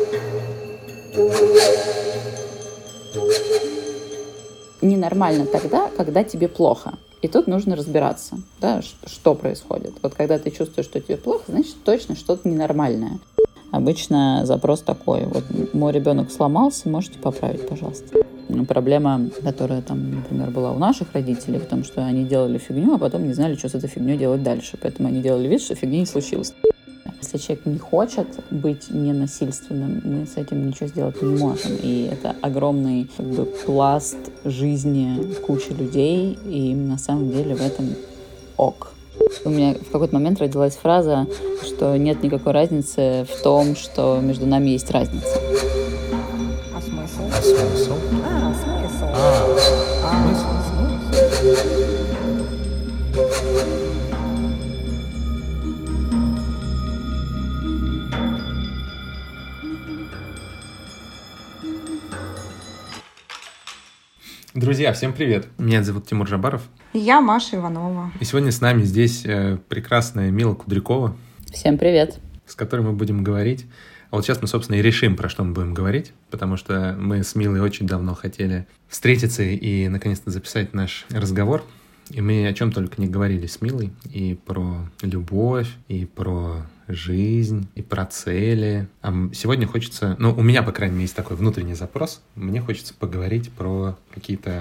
Ненормально тогда, когда тебе плохо. И тут нужно разбираться, да, что происходит. Вот когда ты чувствуешь, что тебе плохо, значит, точно что-то ненормальное. Обычно запрос такой: вот мой ребенок сломался, можете поправить, пожалуйста. Проблема, которая там, например, была у наших родителей, в том, что они делали фигню, а потом не знали, что с этой фигней делать дальше. Поэтому они делали вид, что фигни не случилось. Если человек не хочет быть ненасильственным, мы с этим ничего сделать не можем. И это огромный пласт жизни кучи людей, и им на самом деле в этом ок. У меня в какой-то момент родилась фраза, что нет никакой разницы в том, что между нами есть разница. А смысл? А смысл? Смысл. Друзья, всем привет! Меня зовут Тимур Жабаров. Я Маша Иванова. И сегодня с нами здесь прекрасная Мила Кудрякова. Всем привет! С которой мы будем говорить. А вот сейчас мы, собственно, и решим, про что мы будем говорить, потому что мы с Милой очень давно хотели встретиться и, наконец-то, записать наш разговор. И мы о чем только не говорили с Милой. И про любовь, и про жизнь, и про цели. А сегодня хочется... у меня, по крайней мере, есть такой внутренний запрос. Мне хочется поговорить про какие-то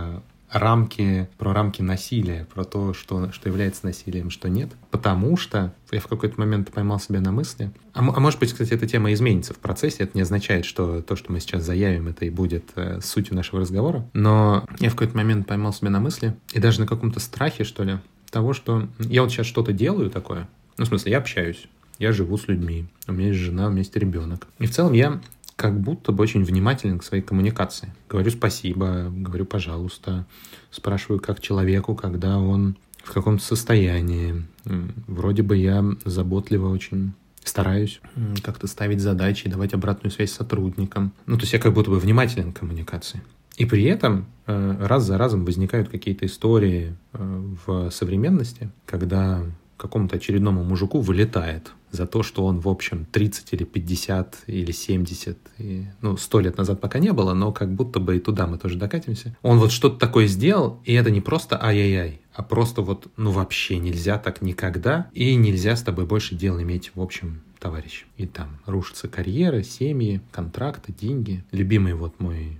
рамки насилия, про то, что является насилием, что нет. Потому что я в какой-то момент поймал себя на мысли. А может быть, кстати, эта тема изменится в процессе. Это не означает, что то, что мы сейчас заявим, это и будет сутью нашего разговора. Но я в какой-то момент поймал себя на мысли, и даже на каком-то страхе, что ли, того, что я вот сейчас что-то делаю такое. В смысле, я общаюсь, я живу с людьми, у меня есть жена, у меня есть ребенок. И в целом я как будто бы очень внимателен к своей коммуникации. Говорю спасибо, говорю пожалуйста, спрашиваю как человеку, когда он в каком-то состоянии. Вроде бы я заботливо очень стараюсь как-то ставить задачи, давать обратную связь сотрудникам. То есть я как будто бы внимателен к коммуникации. И при этом раз за разом возникают какие-то истории в современности, когда какому-то очередному мужику вылетает за то, что он, в общем, 30 или 50 или 70, 100 лет назад пока не было, но как будто бы и туда мы тоже докатимся. Он вот что-то такое сделал, и это не просто ай-яй-яй, а просто вообще нельзя так никогда, и нельзя с тобой больше дел иметь, в общем, товарищ. И там рушится карьера, семьи, контракты, деньги. Любимый мой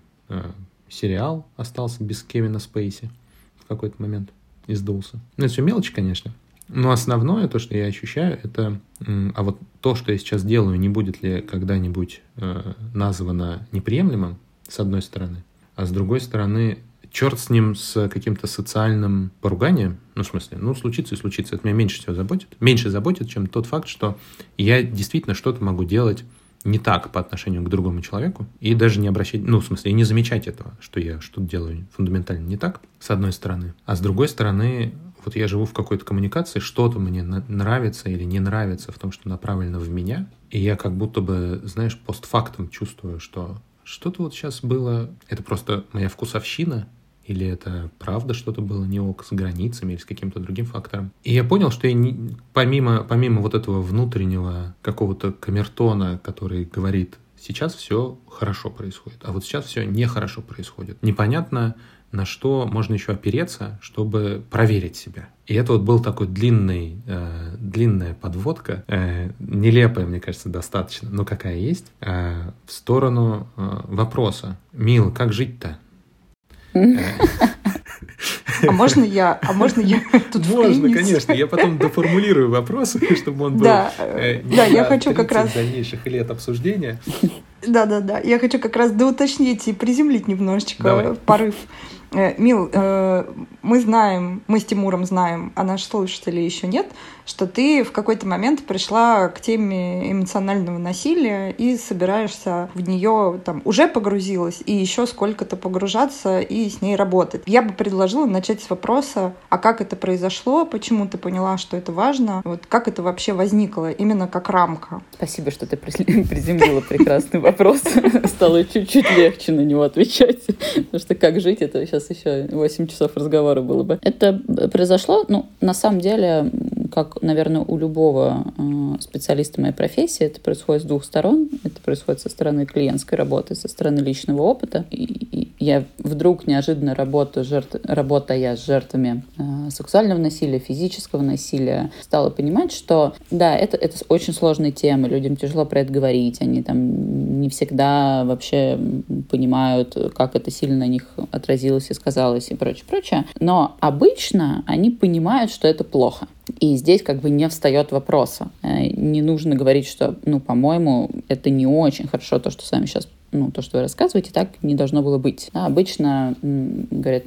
сериал остался без Кевина Спейси в какой-то момент и сдулся. Это все мелочи, конечно. Но основное, то, что я ощущаю, это... А вот то, что я сейчас делаю, не будет ли когда-нибудь названо неприемлемым, с одной стороны, а с другой стороны, черт с ним, с каким-то социальным поруганием, случится и случится. Это меня меньше всего заботит. Меньше заботит, чем тот факт, что я действительно что-то могу делать не так по отношению к другому человеку, и даже не обращать, и не замечать этого, что я что-то делаю фундаментально не так, с одной стороны. А с другой стороны, я живу в какой-то коммуникации, что-то мне нравится или не нравится в том, что направлено в меня, и я как будто бы, постфактум чувствую, что что-то сейчас было, это просто моя вкусовщина, или это правда что-то было не ок с границами или с каким-то другим фактором. И я понял, что я помимо этого внутреннего какого-то камертона, который говорит, сейчас все хорошо происходит, а вот сейчас все нехорошо происходит. Непонятно, на что можно еще опереться, чтобы проверить себя. И это был такой длинная подводка, нелепая, мне кажется, достаточно, но какая есть, в сторону вопроса. Мил, как жить-то? А можно я тут Можно, конечно. Я потом доформулирую вопрос, чтобы он был я хочу как раз дальнейших лет обсуждения. Да. Я хочу как раз доуточнить и приземлить немножечко порыв. Мил, мы с Тимуром знаем, а наши слушатели еще нет, что ты в какой-то момент пришла к теме эмоционального насилия и собираешься в нее, уже погрузилась, и еще сколько-то погружаться и с ней работать. Я бы предложила начать с вопроса, а как это произошло, почему ты поняла, что это важно, как это вообще возникло, именно как рамка. Спасибо, что ты приземлила прекрасный вопрос. Стало чуть-чуть легче на него отвечать, потому что как жить, это сейчас еще 8 часов разговора было бы. Это произошло, на самом деле, как, наверное, у любого специалиста моей профессии, это происходит с двух сторон. Это происходит со стороны клиентской работы, со стороны личного опыта. И я вдруг неожиданно работая с жертвами сексуального насилия, физического насилия, стала понимать, что да, это очень сложная тема, людям тяжело про это говорить, они там не всегда вообще понимают, как это сильно на них отразилось и сказалось и прочее, прочее. Но обычно они понимают, что это плохо. И здесь как бы не встает вопроса. Не нужно говорить, что, по-моему, это не очень хорошо, то, что с вами сейчас, то, что вы рассказываете, так не должно было быть. Да, обычно говорят,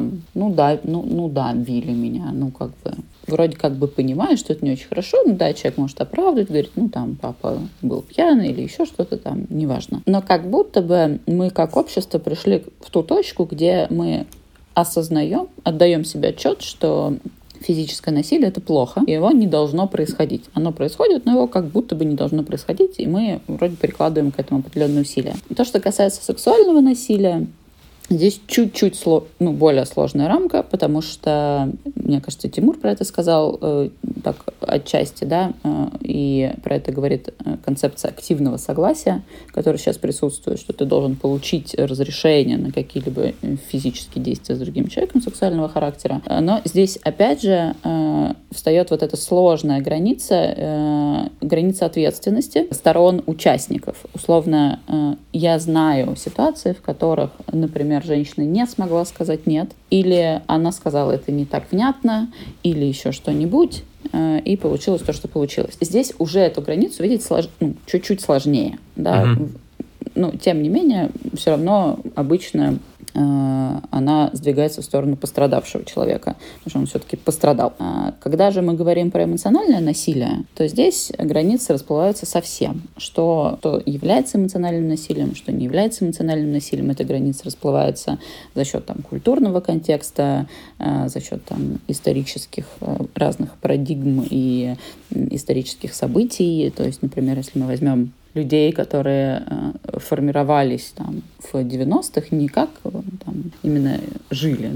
били меня, вроде как бы понимаю, что это не очень хорошо, человек может оправдывать, говорит, папа был пьяный или еще что-то там, неважно. Но как будто бы мы как общество пришли в ту точку, где мы осознаем, отдаем себе отчет, что физическое насилие — это плохо, и его не должно происходить. Оно происходит, но его как будто бы не должно происходить, и мы вроде прикладываем к этому определенные усилия. То, что касается сексуального насилия, здесь чуть-чуть более сложная рамка, потому что, мне кажется, Тимур про это сказал так отчасти, да, и про это говорит концепция активного согласия, которая сейчас присутствует, что ты должен получить разрешение на какие-либо физические действия с другим человеком сексуального характера. Но здесь, опять же, встает вот эта сложная граница ответственности сторон участников. Условно, я знаю ситуации, в которых, например, женщина не смогла сказать «нет», или она сказала это не так внятно, или еще что-нибудь, и получилось то, что получилось. Здесь уже эту границу видеть чуть-чуть сложнее. Да? Но, тем не менее, все равно обычно она сдвигается в сторону пострадавшего человека, потому что он все-таки пострадал. Когда же мы говорим про эмоциональное насилие, то здесь границы расплываются совсем. Что является эмоциональным насилием, что не является эмоциональным насилием, эта граница расплывается за счет культурного контекста, за счет исторических разных парадигм и исторических событий. То есть, например, если мы возьмем людей, которые формировались в 90-х, не как именно жили,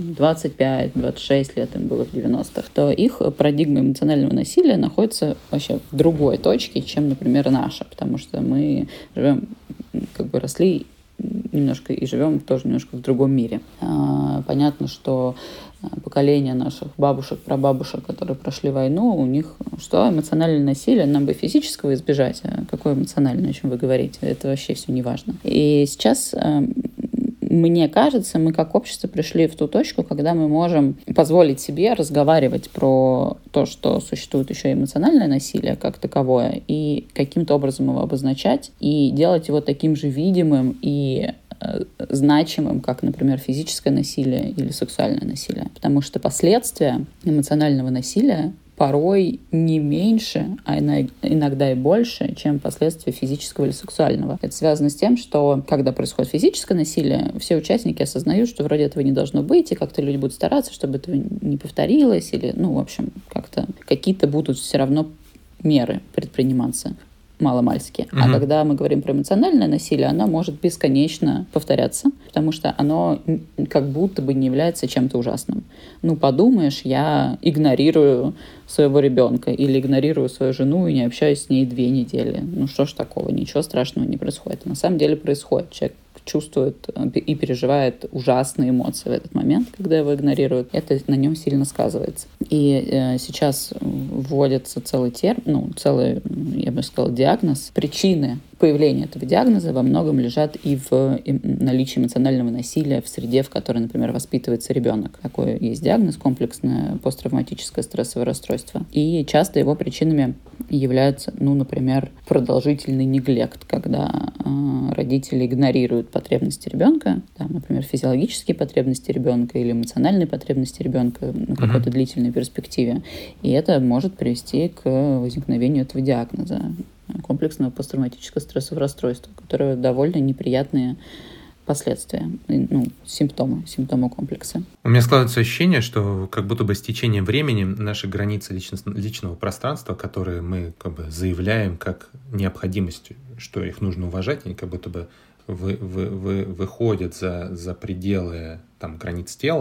25-26 лет им было в 90-х, то их парадигма эмоционального насилия находится вообще в другой точке, чем, например, наша, потому что мы живем, росли немножко и живем тоже немножко в другом мире. Понятно, что поколение наших бабушек, прабабушек, которые прошли войну, у них что? Эмоциональное насилие. Нам бы физического избежать. А какое эмоциональное, о чем вы говорите? Это вообще все не важно. И сейчас, мне кажется, мы как общество пришли в ту точку, когда мы можем позволить себе разговаривать про то, что существует еще эмоциональное насилие как таковое, и каким-то образом его обозначать, и делать его таким же видимым и значимым, как, например, физическое насилие или сексуальное насилие. Потому что последствия эмоционального насилия порой не меньше, а иногда и больше, чем последствия физического или сексуального. Это связано с тем, что когда происходит физическое насилие, все участники осознают, что вроде этого не должно быть, и как-то люди будут стараться, чтобы этого не повторилось, или, в общем, как-то какие-то будут все равно меры предприниматься. Маломальски. А когда мы говорим про эмоциональное насилие, оно может бесконечно повторяться, потому что оно как будто бы не является чем-то ужасным. Подумаешь, я игнорирую своего ребенка или игнорирую свою жену и не общаюсь с ней 2 недели. Что ж такого? Ничего страшного не происходит. А на самом деле происходит. Человек чувствует и переживает ужасные эмоции в этот момент, когда его игнорируют. Это на нем сильно сказывается. И сейчас вводится целый я бы сказала, диагноз. Причины появления этого диагноза во многом лежат и в наличии эмоционального насилия в среде, в которой, например, воспитывается ребенок. Такой есть диагноз — комплексное посттравматическое стрессовое расстройство. И часто его причинами являются, например, продолжительный неглект, когда родители игнорируют потребности ребенка, например, физиологические потребности ребенка или эмоциональные потребности ребенка на какой-то длительной перспективе. И это может привести к возникновению этого диагноза комплексного посттравматического стрессового расстройства, которое довольно неприятные последствия, симптомы комплекса. У меня складывается ощущение, что как будто бы с течением времени наши границы личного пространства, которые мы заявляем как необходимость, что их нужно уважать, они как будто бы выходят за пределы границ тела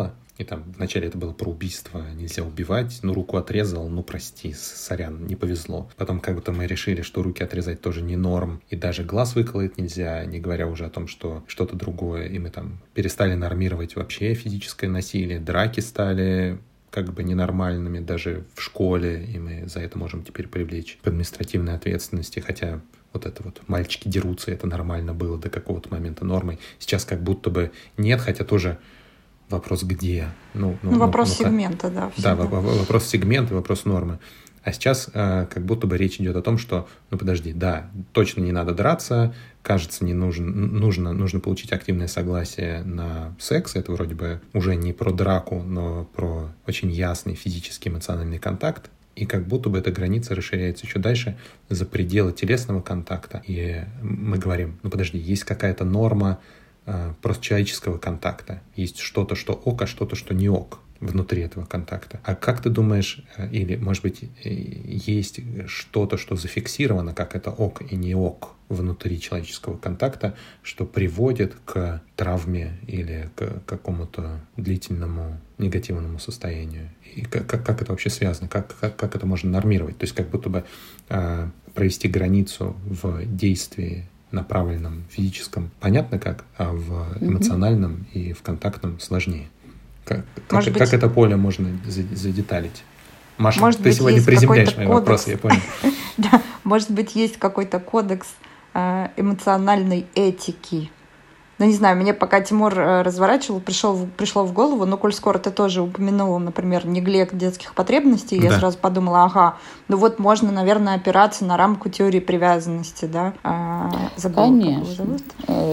И там вначале это было про убийство, нельзя убивать, руку отрезал, прости, сорян, не повезло. Потом как будто мы решили, что руки отрезать тоже не норм, и даже глаз выколоть нельзя, не говоря уже о том, что что-то другое. И мы там перестали нормировать вообще физическое насилие, драки стали как бы ненормальными даже в школе, и мы за это можем теперь привлечь к административной ответственности, хотя вот это вот мальчики дерутся, это нормально было до какого-то момента нормой. Сейчас как будто бы нет, хотя тоже вопрос где. Вопрос сегмента, да. Да, вопрос сегмента, вопрос нормы. А сейчас как будто бы речь идет о том, что, подожди, да, точно не надо драться, кажется, нужно получить активное согласие на секс. Это вроде бы уже не про драку, но про очень ясный физический эмоциональный контакт. И как будто бы эта граница расширяется еще дальше за пределы телесного контакта. И мы говорим, подожди, есть какая-то норма просто человеческого контакта. Есть что-то, что ок, а что-то, что не ок внутри этого контакта. А как ты думаешь, или, может быть, есть что-то, что зафиксировано, как это ок и не ок внутри человеческого контакта, что приводит к травме или к какому-то длительному негативному состоянию? И как это вообще связано? Как это можно нормировать? То есть как будто бы провести границу в действии направленном физическом понятно как, а в эмоциональном и в контактном сложнее. Как это поле можно задеталить? Маша, может ты быть, сегодня приземляешь мои вопросы, я понял. Да, может быть, есть какой-то кодекс эмоциональной этики. Не знаю, мне пока Тимур разворачивал, пришло в голову, коль скоро ты тоже упомянула, например, неглект детских потребностей, я сразу подумала, можно, наверное, опираться на рамку теории привязанности, да? Забыла, конечно. Как его зовут?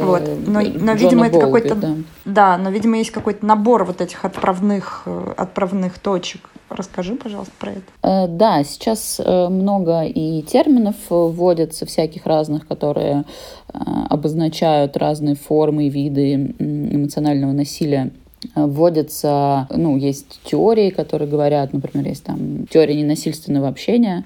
Но видимо, это какой-то... Да, но, видимо, есть какой-то набор вот этих отправных точек. Расскажи, пожалуйста, про это. Да, сейчас много и терминов вводятся всяких разных, которые обозначают разные формы и виды эмоционального насилия. Вводятся, есть теории, которые говорят, например, есть там теория ненасильственного общения,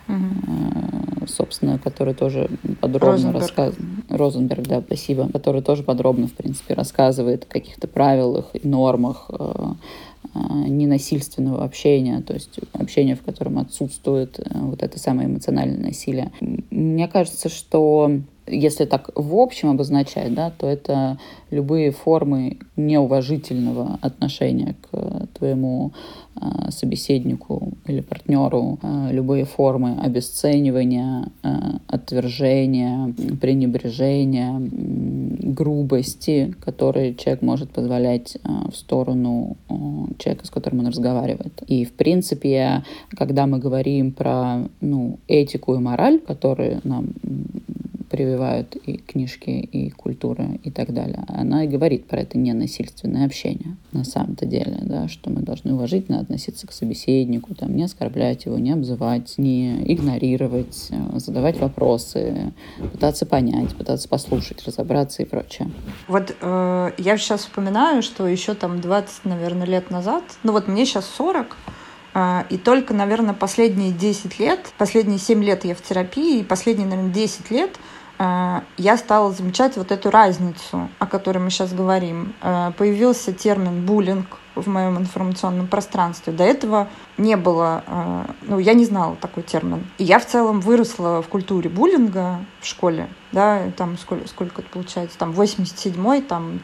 собственно, который тоже подробно рассказывает. Розенберг, да, спасибо. Который тоже подробно, в принципе, рассказывает о каких-то правилах и нормах ненасильственного общения, то есть общения, в котором отсутствует вот это самое эмоциональное насилие. Мне кажется, что если так в общем обозначать, да, то это любые формы неуважительного отношения к твоему собеседнику или партнеру, любые формы обесценивания, отвержения, пренебрежения, грубости, которые человек может позволять в сторону человека, с которым он разговаривает. И, в принципе, когда мы говорим про этику и мораль, которые нам прививают и книжки, и культура, и так далее. Она и говорит про это ненасильственное общение. На самом-то деле, да, что мы должны уважительно относиться к собеседнику, там, не оскорблять его, не обзывать, не игнорировать, задавать вопросы, пытаться понять, пытаться послушать, разобраться и прочее. Я сейчас вспоминаю, что еще там 20, наверное, лет назад, мне сейчас 40, и только, наверное, последние 10 лет, последние 7 лет я в терапии, и последние, наверное, 10 лет я стала замечать вот эту разницу, о которой мы сейчас говорим. Появился термин «буллинг» в моем информационном пространстве. До этого не было, я не знала такой термин. И я в целом выросла в культуре буллинга в школе, да, там сколько это получается, там 87-й, там,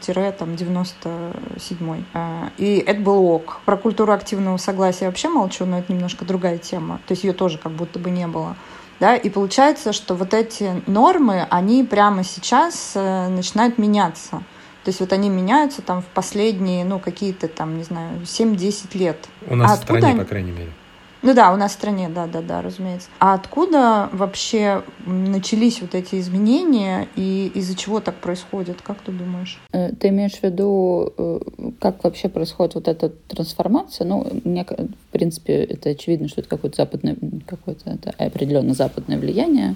97-й. И это был ок. Про культуру активного согласия я вообще молчу, но это немножко другая тема. То есть ее тоже как будто бы не было. Да, и получается, что вот эти нормы, они прямо сейчас начинают меняться. То есть они меняются там в последние, какие-то там, не знаю, 7-10 лет. У нас в стране, по крайней мере. У нас в стране, да, разумеется. А откуда вообще начались вот эти изменения и из-за чего так происходит? Как ты думаешь? Ты имеешь в виду, как вообще происходит вот эта трансформация? Мне, в принципе, это очевидно, что это какое-то определенно западное влияние.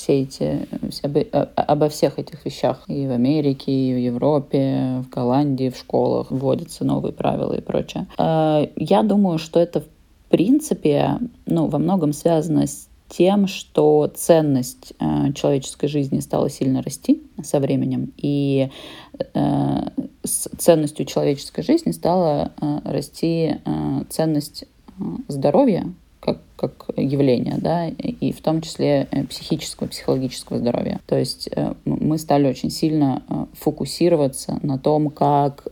Обо всех этих вещах и в Америке, и в Европе, в Голландии, в школах вводятся новые правила и прочее. Я думаю, что это в принципе, во многом связано с тем, что ценность человеческой жизни стала сильно расти со временем, и с ценностью человеческой жизни стала расти ценность здоровья как явление, да, и в том числе психического, психологического здоровья. То есть мы стали очень сильно фокусироваться на том, как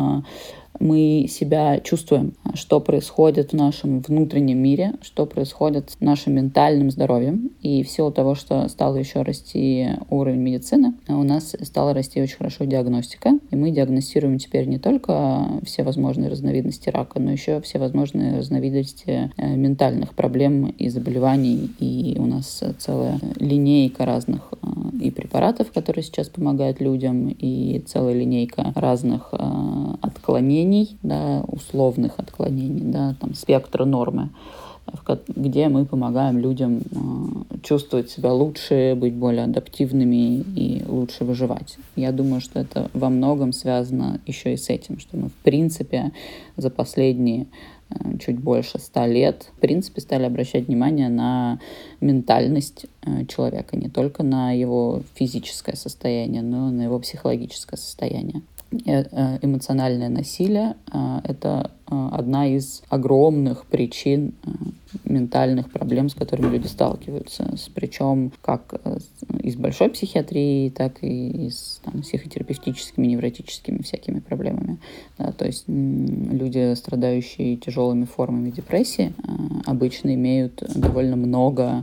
мы себя чувствуем, что происходит в нашем внутреннем мире, что происходит с нашим ментальным здоровьем. И в силу того, что стал еще расти уровень медицины, у нас стала расти очень хорошо диагностика. И мы диагностируем теперь не только все возможные разновидности рака, но еще все возможные разновидности ментальных проблем и заболеваний. И у нас целая линейка разных и препаратов, которые сейчас помогают людям, и целая линейка разных отклонений, да, условных отклонений, да, там, спектра нормы, где мы помогаем людям чувствовать себя лучше, быть более адаптивными и лучше выживать. Я думаю, что это во многом связано еще и с этим, что мы, в принципе, за последние чуть больше 100 лет, в принципе, стали обращать внимание на ментальность человека, не только на его физическое состояние, но и на его психологическое состояние. Эмоциональное насилие — это одна из огромных причин ментальных проблем, с которыми люди сталкиваются. Причем как из большой психиатрии, так и из психотерапевтическими, невротическими всякими проблемами. Да, то есть люди, страдающие тяжелыми формами депрессии, обычно имеют довольно много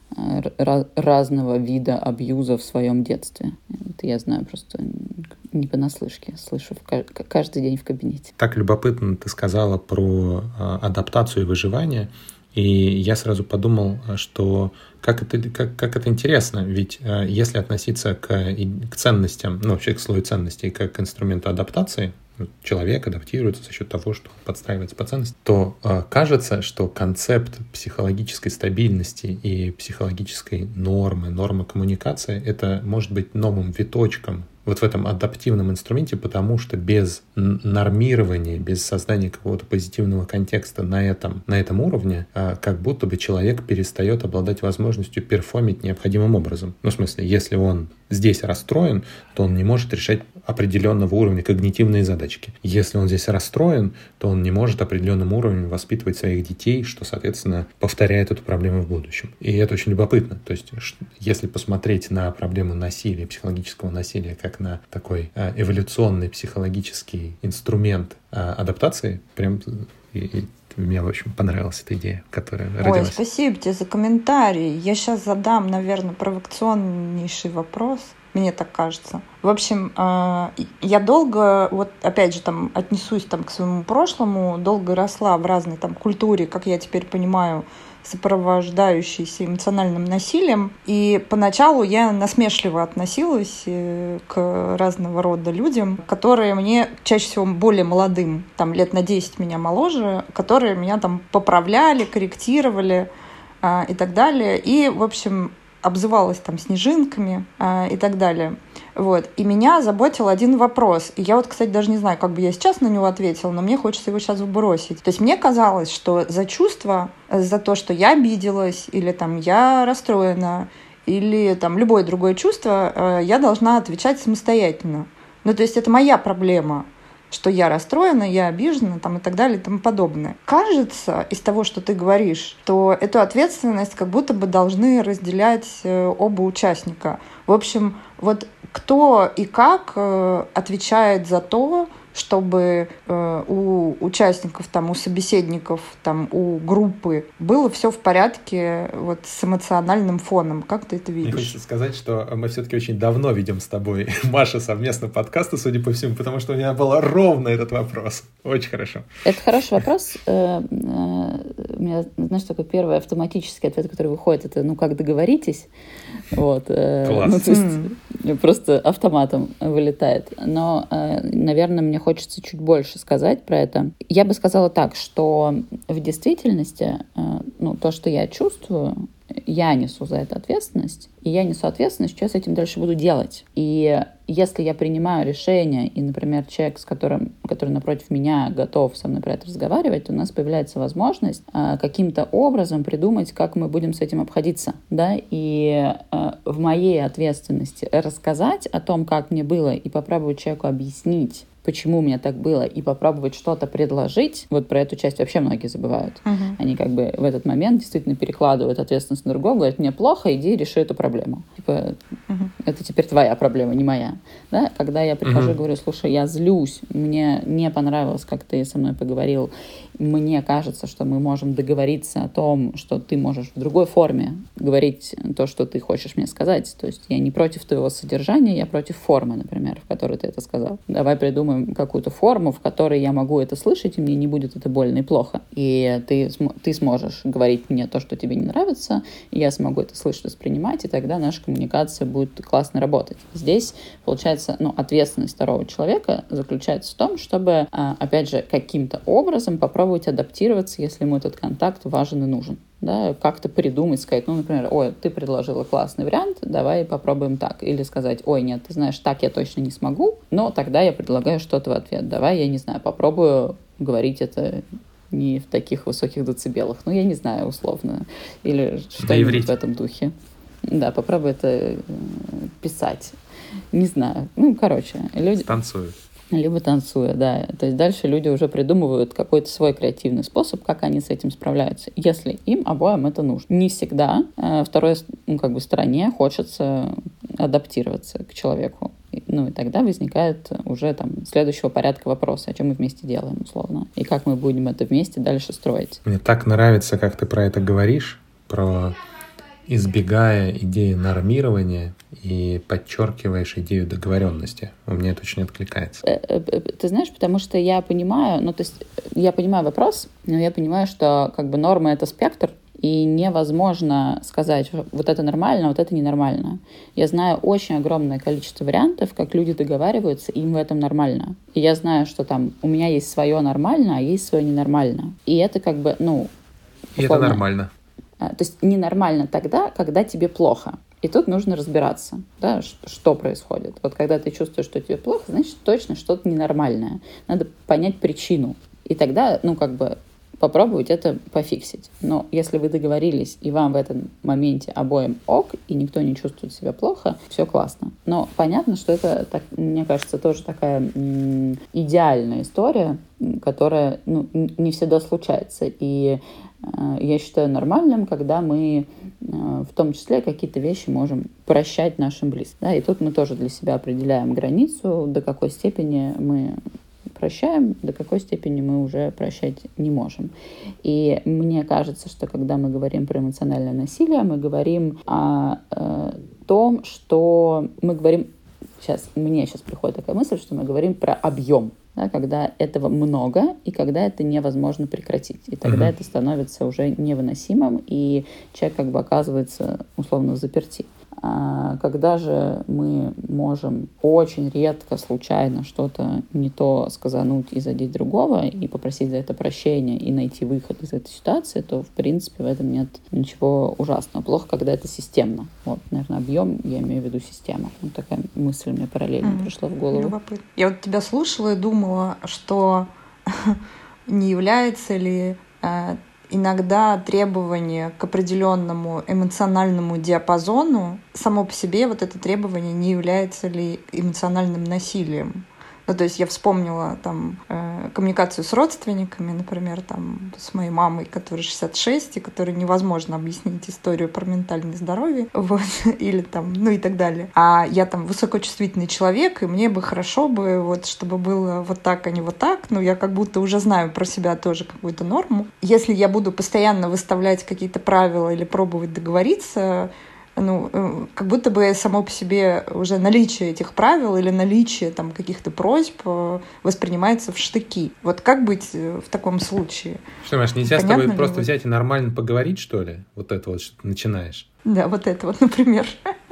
разного вида абьюза в своем детстве. Это я знаю просто не понаслышке, слышу каждый день в кабинете. Так любопытно ты сказала про адаптацию и выживание, и я сразу подумал, что как это интересно, ведь если относиться к ценностям, вообще к слою ценностей, как к инструменту адаптации, человек адаптируется за счет того, что подстраивается под ценности, то кажется, что концепт психологической стабильности и психологической нормы коммуникации — это может быть новым виточком вот в этом адаптивном инструменте, потому что без нормирования, без создания какого-то позитивного контекста на этом уровне, как будто бы человек перестает обладать возможностью перформить необходимым образом. В смысле, если он здесь расстроен, то он не может решать определенного уровня когнитивные задачки. Если он здесь расстроен, то он не может определенным уровнем воспитывать своих детей, что, соответственно, повторяет эту проблему в будущем. И это очень любопытно. То есть, если посмотреть на проблему насилия, психологического насилия, как на такой эволюционный психологический инструмент адаптации, прям мне, в общем, понравилась эта идея, которая родилась. Ой, спасибо тебе за комментарий. Я сейчас задам, наверное, провокационнейший вопрос. Мне так кажется. В общем, я долго, вот опять же, отнесусь к своему прошлому, долго росла в разной культуре, как я теперь понимаю, сопровождающейся эмоциональным насилием. И поначалу я насмешливо относилась к разного рода людям, которые мне, чаще всего более молодым, лет на 10 меня моложе, которые меня поправляли, корректировали и так далее. И, в общем, обзывалась снежинками и так далее. Вот. И меня заботил один вопрос. И я кстати, даже не знаю, как бы я сейчас на него ответила, но мне хочется его сейчас вбросить. То есть мне казалось, что за чувство, за то, что я обиделась, или я расстроена, или любое другое чувство, я должна отвечать самостоятельно. То есть это моя проблема, что я расстроена, я обижена, и так далее, и тому подобное. Кажется, из того, что ты говоришь, что эту ответственность как будто бы должны разделять оба участника. В общем, кто и как отвечает за то, чтобы у участников, у собеседников, у группы было все в порядке с эмоциональным фоном. Как ты это видишь? Мне хочется сказать, что мы все-таки очень давно ведем с тобой, Маша, совместно подкасты, судя по всему, потому что у меня был ровно этот вопрос. Очень хорошо. Это хороший вопрос. У меня, знаешь, такой первый автоматический ответ, который выходит, это как договоритесь. Класс. То есть просто автоматом вылетает. Но, наверное, мне хочется чуть больше сказать про это. Я бы сказала так, что в действительности то, что я чувствую, я несу за это ответственность, и я несу ответственность, что я с этим дальше буду делать. И если я принимаю решение, и, например, человек, который напротив меня готов со мной про это разговаривать, то у нас появляется возможность каким-то образом придумать, как мы будем с этим обходиться. Да? И в моей ответственности рассказать о том, как мне было, и попробовать человеку объяснить, почему у меня так было, и попробовать что-то предложить, вот про эту часть вообще многие забывают. Они как бы в этот момент действительно перекладывают ответственность на другого, говорят, мне плохо, иди реши эту проблему. Типа, это теперь твоя проблема, не моя. Да? Когда я прихожу и говорю, слушай, я злюсь, мне не понравилось, как ты со мной поговорил, мне кажется, что мы можем договориться о том, что ты можешь в другой форме говорить то, что ты хочешь мне сказать. То есть я не против твоего содержания, я против формы, например, в которой ты это сказал. Давай придумаем какую-то форму, в которой я могу это слышать, и мне не будет это больно и плохо. И ты сможешь говорить мне то, что тебе не нравится, и я смогу это слышать, воспринимать, и тогда наша коммуникация будет классно работать. Здесь, получается, ответственность второго человека заключается в том, чтобы, опять же, каким-то образом попробовать адаптироваться, если ему этот контакт важен и нужен. Да, как-то придумать, сказать, например, ой, ты предложила классный вариант, давай попробуем так. Или сказать, ой, нет, ты знаешь, так я точно не смогу, но тогда я предлагаю что-то в ответ. Давай, я не знаю, попробую говорить это не в таких высоких децибелах. Я не знаю, условно. Или что-нибудь в этом духе. Да, попробуй это писать. Не знаю. Люди... Танцуют. Либо танцуя, да. То есть дальше люди уже придумывают какой-то свой креативный способ, как они с этим справляются, если им обоим это нужно. Не всегда второй стороне хочется адаптироваться к человеку. И тогда возникает уже следующего порядка вопросы, о чем мы вместе делаем, условно. И как мы будем это вместе дальше строить. Мне так нравится, как ты про это говоришь, про избегая идеи нормирования и подчеркиваешь идею договоренности. У меня это очень откликается. Ты знаешь, потому что я понимаю, я понимаю вопрос, но я понимаю, что норма — это спектр, и невозможно сказать, вот это нормально, вот это ненормально. Я знаю очень огромное количество вариантов, как люди договариваются, и им в этом нормально. И я знаю, что у меня есть свое нормально, а есть свое ненормально. И это условно, и это нормально. То есть ненормально тогда, когда тебе плохо. И тут нужно разбираться, да, что происходит. Вот когда ты чувствуешь, что тебе плохо, значит, точно что-то ненормальное. Надо понять причину. И тогда, попробовать это пофиксить. Но если вы договорились, и вам в этом моменте обоим ок, и никто не чувствует себя плохо, все классно. Но понятно, что это, мне кажется, тоже такая идеальная история, которая не всегда случается. И я считаю нормальным, когда мы в том числе какие-то вещи можем прощать нашим близким. Да? И тут мы тоже для себя определяем границу, до какой степени мы прощаем, до какой степени мы уже прощать не можем. И мне кажется, что когда мы говорим про эмоциональное насилие, мы говорим о том, что мы говорим... Мне сейчас приходит такая мысль, что мы говорим про объем. Да, когда этого много, и когда это невозможно прекратить. И тогда это становится уже невыносимым, и человек оказывается условно взаперти. А когда же мы можем очень редко, случайно что-то не то сказануть и задеть другого, и попросить за это прощения, и найти выход из этой ситуации, то, в принципе, в этом нет ничего ужасного. Плохо, когда это системно. Вот, наверное, объем, я имею в виду система. Вот такая мысль мне параллельно пришла в голову. Любопытно. Я вот тебя слушала и думала, что не является ли иногда требование к определенному эмоциональному диапазону само по себе вот это требование не является ли эмоциональным насилием. То есть я вспомнила коммуникацию с родственниками, например, с моей мамой, которой 66, и которой невозможно объяснить историю про ментальное здоровье, или и так далее. А я высокочувствительный человек, и мне бы хорошо бы, чтобы было вот так, а не вот так. Я как будто уже знаю про себя тоже какую-то норму. Если я буду постоянно выставлять какие-то правила или пробовать договориться, как будто бы само по себе уже наличие этих правил или наличие каких-то просьб воспринимается в штыки. Вот как быть в таком случае? Что, Маш, нельзя понятно с тобой просто взять и нормально поговорить, что ли? Вот это вот, что ты начинаешь. Да, вот это вот, например.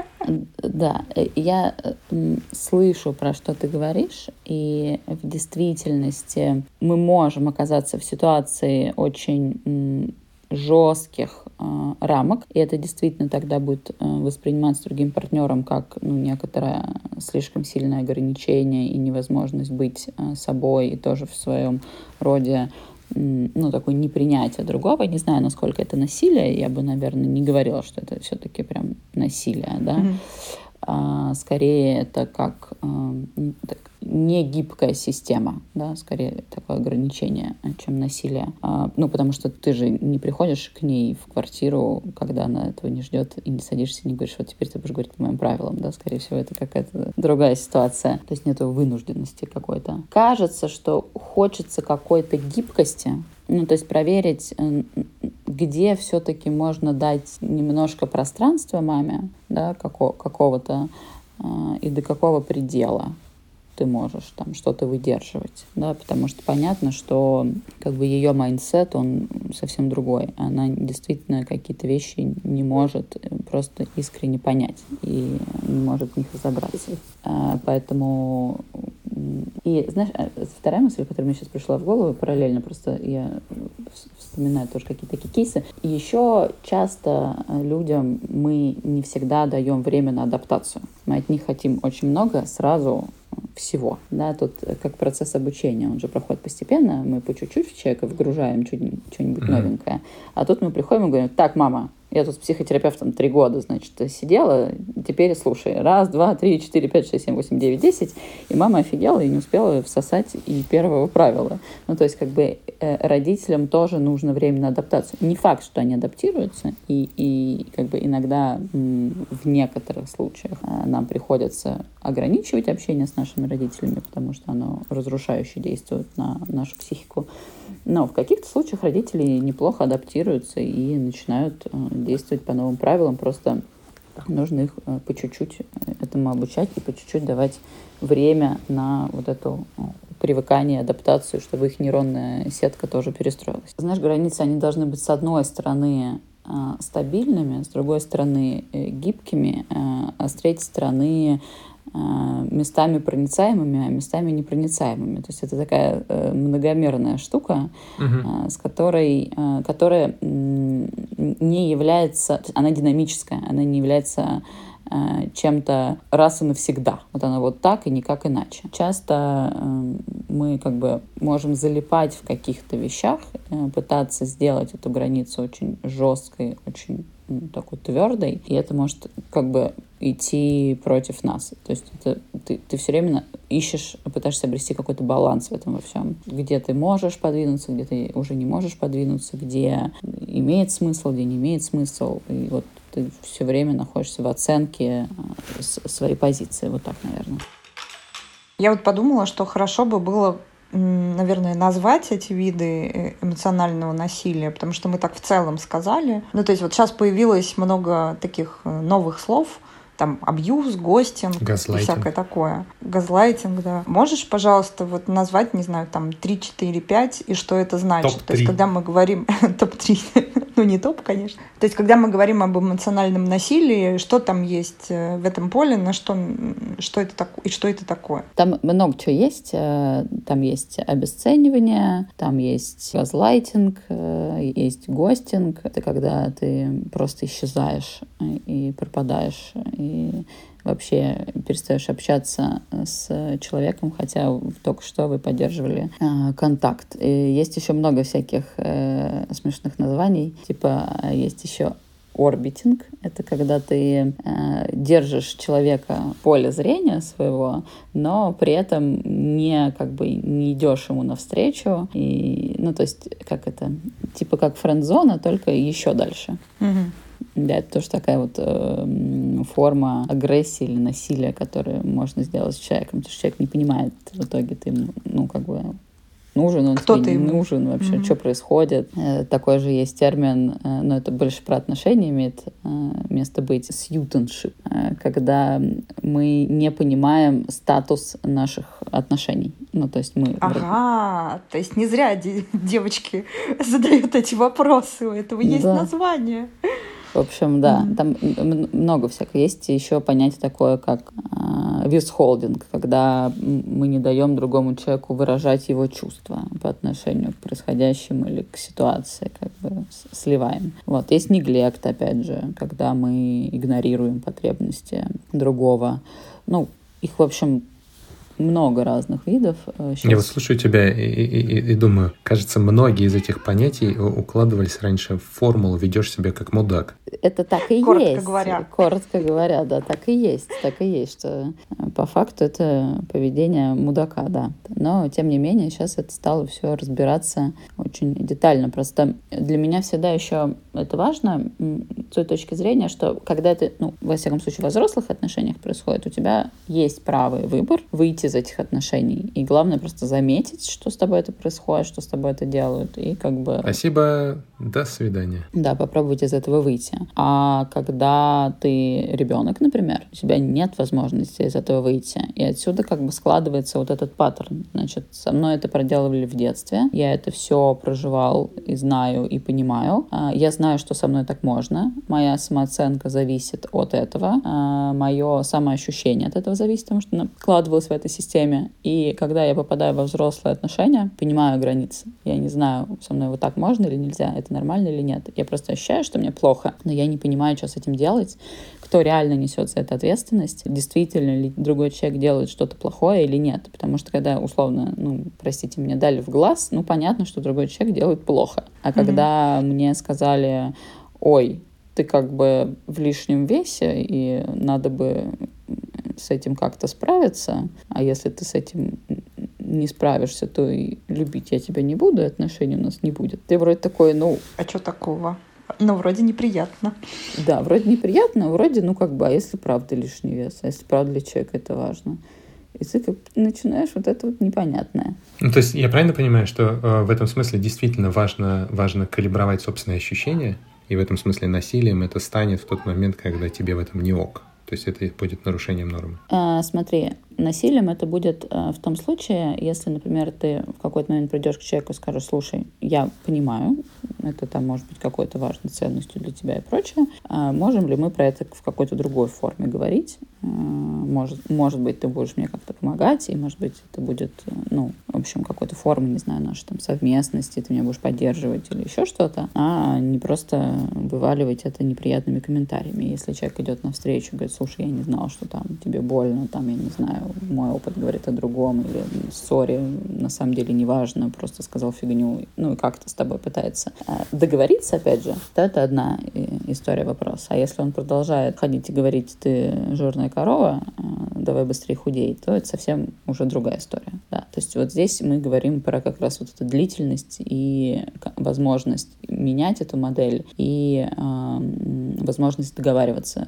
Да, я слышу, про что ты говоришь, и в действительности мы можем оказаться в ситуации очень жестких рамок, и это действительно тогда будет восприниматься другим партнером как некоторое слишком сильное ограничение и невозможность быть собой и тоже в своем роде такое непринятие другого. Не знаю, насколько это насилие. Я бы, наверное, не говорила, что это все-таки прям насилие, да. Скорее это как не гибкая система, да, скорее такое ограничение, чем насилие. Потому что ты же не приходишь к ней в квартиру, когда она этого не ждет, и не садишься, и не говоришь, вот теперь ты будешь говорить по моим правилам, да, скорее всего, это какая-то другая ситуация. То есть нету вынужденности какой-то. Кажется, что хочется какой-то гибкости, то есть проверить, где все-таки можно дать немножко пространства маме, да, какого-то, и до какого предела ты можешь там что-то выдерживать, да, потому что понятно, что как бы ее майндсет, он совсем другой. Она действительно какие-то вещи не может просто искренне понять и не может в них разобраться. Поэтому... И, знаешь, вторая мысль, которая мне сейчас пришла в голову, параллельно просто я вспоминаю тоже какие-то такие кейсы. И еще часто людям мы не всегда даем время на адаптацию. Мы от них хотим очень много сразу всего. Да, тут как процесс обучения, он же проходит постепенно, мы по чуть-чуть в человека вгружаем что-нибудь новенькое. А тут мы приходим и говорим: так, мама, я тут с психотерапевтом 3 года, значит, сидела, теперь слушай. 1, 2, 3, 4, 5, 6, 7, 8, 9, 10. И мама офигела и не успела всосать и первого правила. То есть, как бы, родителям тоже нужно время на адаптацию. Не факт, что они адаптируются, и как бы иногда в некоторых случаях нам приходится ограничивать общение с нашими родителями, потому что оно разрушающе действует на нашу психику. Но в каких-то случаях родители неплохо адаптируются и начинают действовать по новым правилам. Просто нужно их по чуть-чуть этому обучать и по чуть-чуть давать время на вот эту привыкание, адаптацию, чтобы их нейронная сетка тоже перестроилась. Знаешь, границы, они должны быть с одной стороны стабильными, с другой стороны гибкими, а с третьей стороны местами проницаемыми, а местами непроницаемыми. То есть это такая многомерная штука, с которая не является... Она динамическая, она не является чем-то раз и навсегда. Вот она вот так и никак иначе. Часто мы как бы можем залипать в каких-то вещах, пытаться сделать эту границу очень жесткой, очень такой твердой, и это может как бы идти против нас. То есть это, ты все время ищешь, пытаешься обрести какой-то баланс в этом во всем. Где ты можешь подвинуться, где ты уже не можешь подвинуться, где имеет смысл, где не имеет смысл. И вот ты все время находишься в оценке своей позиции. Вот так, наверное. Я вот подумала, что хорошо бы было, наверное, назвать эти виды эмоционального насилия, потому что мы так в целом сказали. То есть вот сейчас появилось много таких новых слов, там абьюз, гостинг и всякое такое. Газлайтинг, да. Можешь, пожалуйста, вот назвать, не знаю, там 3, 4, 5, и что это значит? Топ-3. То есть когда мы говорим... Топ-3. Не топ, конечно. То есть когда мы говорим об эмоциональном насилии, что там есть в этом поле, на что это такое и что это такое? Там много чего есть. Там есть обесценивание, там есть газлайтинг, есть гостинг. Это когда ты просто исчезаешь и пропадаешь, и вообще перестаешь общаться с человеком, хотя только что вы поддерживали контакт. И есть еще много всяких смешных названий. Типа есть еще орбитинг. Это когда ты держишь человека в поле зрения своего, но при этом не идешь ему навстречу. И, то есть, как это? Типа как френд-зона, только еще дальше. Да, это тоже такая вот форма агрессии или насилия, которую можно сделать с человеком. Потому что человек не понимает в итоге, ты ему, нужен, он тебе не нужен вообще, что происходит. Такой же есть термин, но это больше про отношения имеет место быть, сьютеншип, когда мы не понимаем статус наших отношений. То есть мы... Ага, то есть не зря девочки задают эти вопросы, у этого есть название. В общем, да, там много всякого. Есть еще понятие такое, как withholding, когда мы не даем другому человеку выражать его чувства по отношению к происходящему или к ситуации. бы сливаем. Вот. Есть неглект, опять же, когда мы игнорируем потребности другого. Ну, их, в общем, много разных видов. Сейчас... Я вот слушаю тебя и думаю, кажется, многие из этих понятий укладывались раньше в формулу «ведешь себя как мудак». Это так и коротко есть. Говоря. Коротко говоря, да, так и есть. Так и есть, что по факту это поведение мудака, да. Но, тем не менее, сейчас это стало все разбираться очень детально. Просто для меня всегда еще это важно с той точки зрения, что когда это, ну, во всяком случае, во взрослых отношениях происходит, у тебя есть право и выбор выйти из этих отношений. И главное просто заметить, что с тобой это происходит, что с тобой это делают. И как бы... Спасибо, до свидания. Да, попробовать из этого выйти. А когда ты ребенок, например, у тебя нет возможности из этого выйти. И отсюда как бы складывается вот этот паттерн. Значит, со мной это проделывали в детстве. Я это все проживал и знаю, и понимаю. Я знаю, что со мной так можно. Моя самооценка зависит от этого. Мое самоощущение от этого зависит, потому что накладывалось в этой системе. И когда я попадаю во взрослые отношения, понимаю границы. Я не знаю, со мной вот так можно или нельзя, это нормально или нет. Я просто ощущаю, что мне плохо, но я не понимаю, что с этим делать, кто реально несет за это ответственность, действительно ли другой человек делает что-то плохое или нет. Потому что когда, условно, простите, мне дали в глаз, понятно, что другой человек делает плохо. А когда мне сказали, ой, ты как бы в лишнем весе, и надо бы с этим как-то справиться, а если ты с этим не справишься, то и любить я тебя не буду, и отношений у нас не будет. Ты вроде такой, А что такого? Вроде неприятно. Да, вроде неприятно, вроде, а если правда лишний вес, а если правда для человека это важно? И ты как начинаешь вот это вот непонятное. То есть я правильно понимаю, что в этом смысле действительно важно калибровать собственные ощущения, и в этом смысле насилием это станет в тот момент, когда тебе в этом не ок? То есть это будет нарушением нормы? Смотри, насилием это будет в том случае, если, например, ты в какой-то момент придешь к человеку и скажешь, слушай, я понимаю, это там может быть какой-то важной ценностью для тебя и прочее, можем ли мы про это в какой-то другой форме говорить? Может быть, ты будешь мне как-то помогать, и, может быть, это будет, в общем, какой-то формы, не знаю, нашей там совместности, ты меня будешь поддерживать или еще что-то, а не просто вываливать это неприятными комментариями. Если человек идет навстречу, говорит, слушай, я не знал, что там тебе больно, там, я не знаю, мой опыт говорит о другом, или сори, на самом деле неважно, просто сказал фигню, и как-то с тобой пытается договориться, опять же, то это одна история, вопрос. А если он продолжает ходить и говорить, ты жирная корова, давай быстрее худей, то это совсем уже другая история. Да. То есть вот здесь мы говорим про как раз вот эту длительность и возможность менять эту модель и возможность договариваться,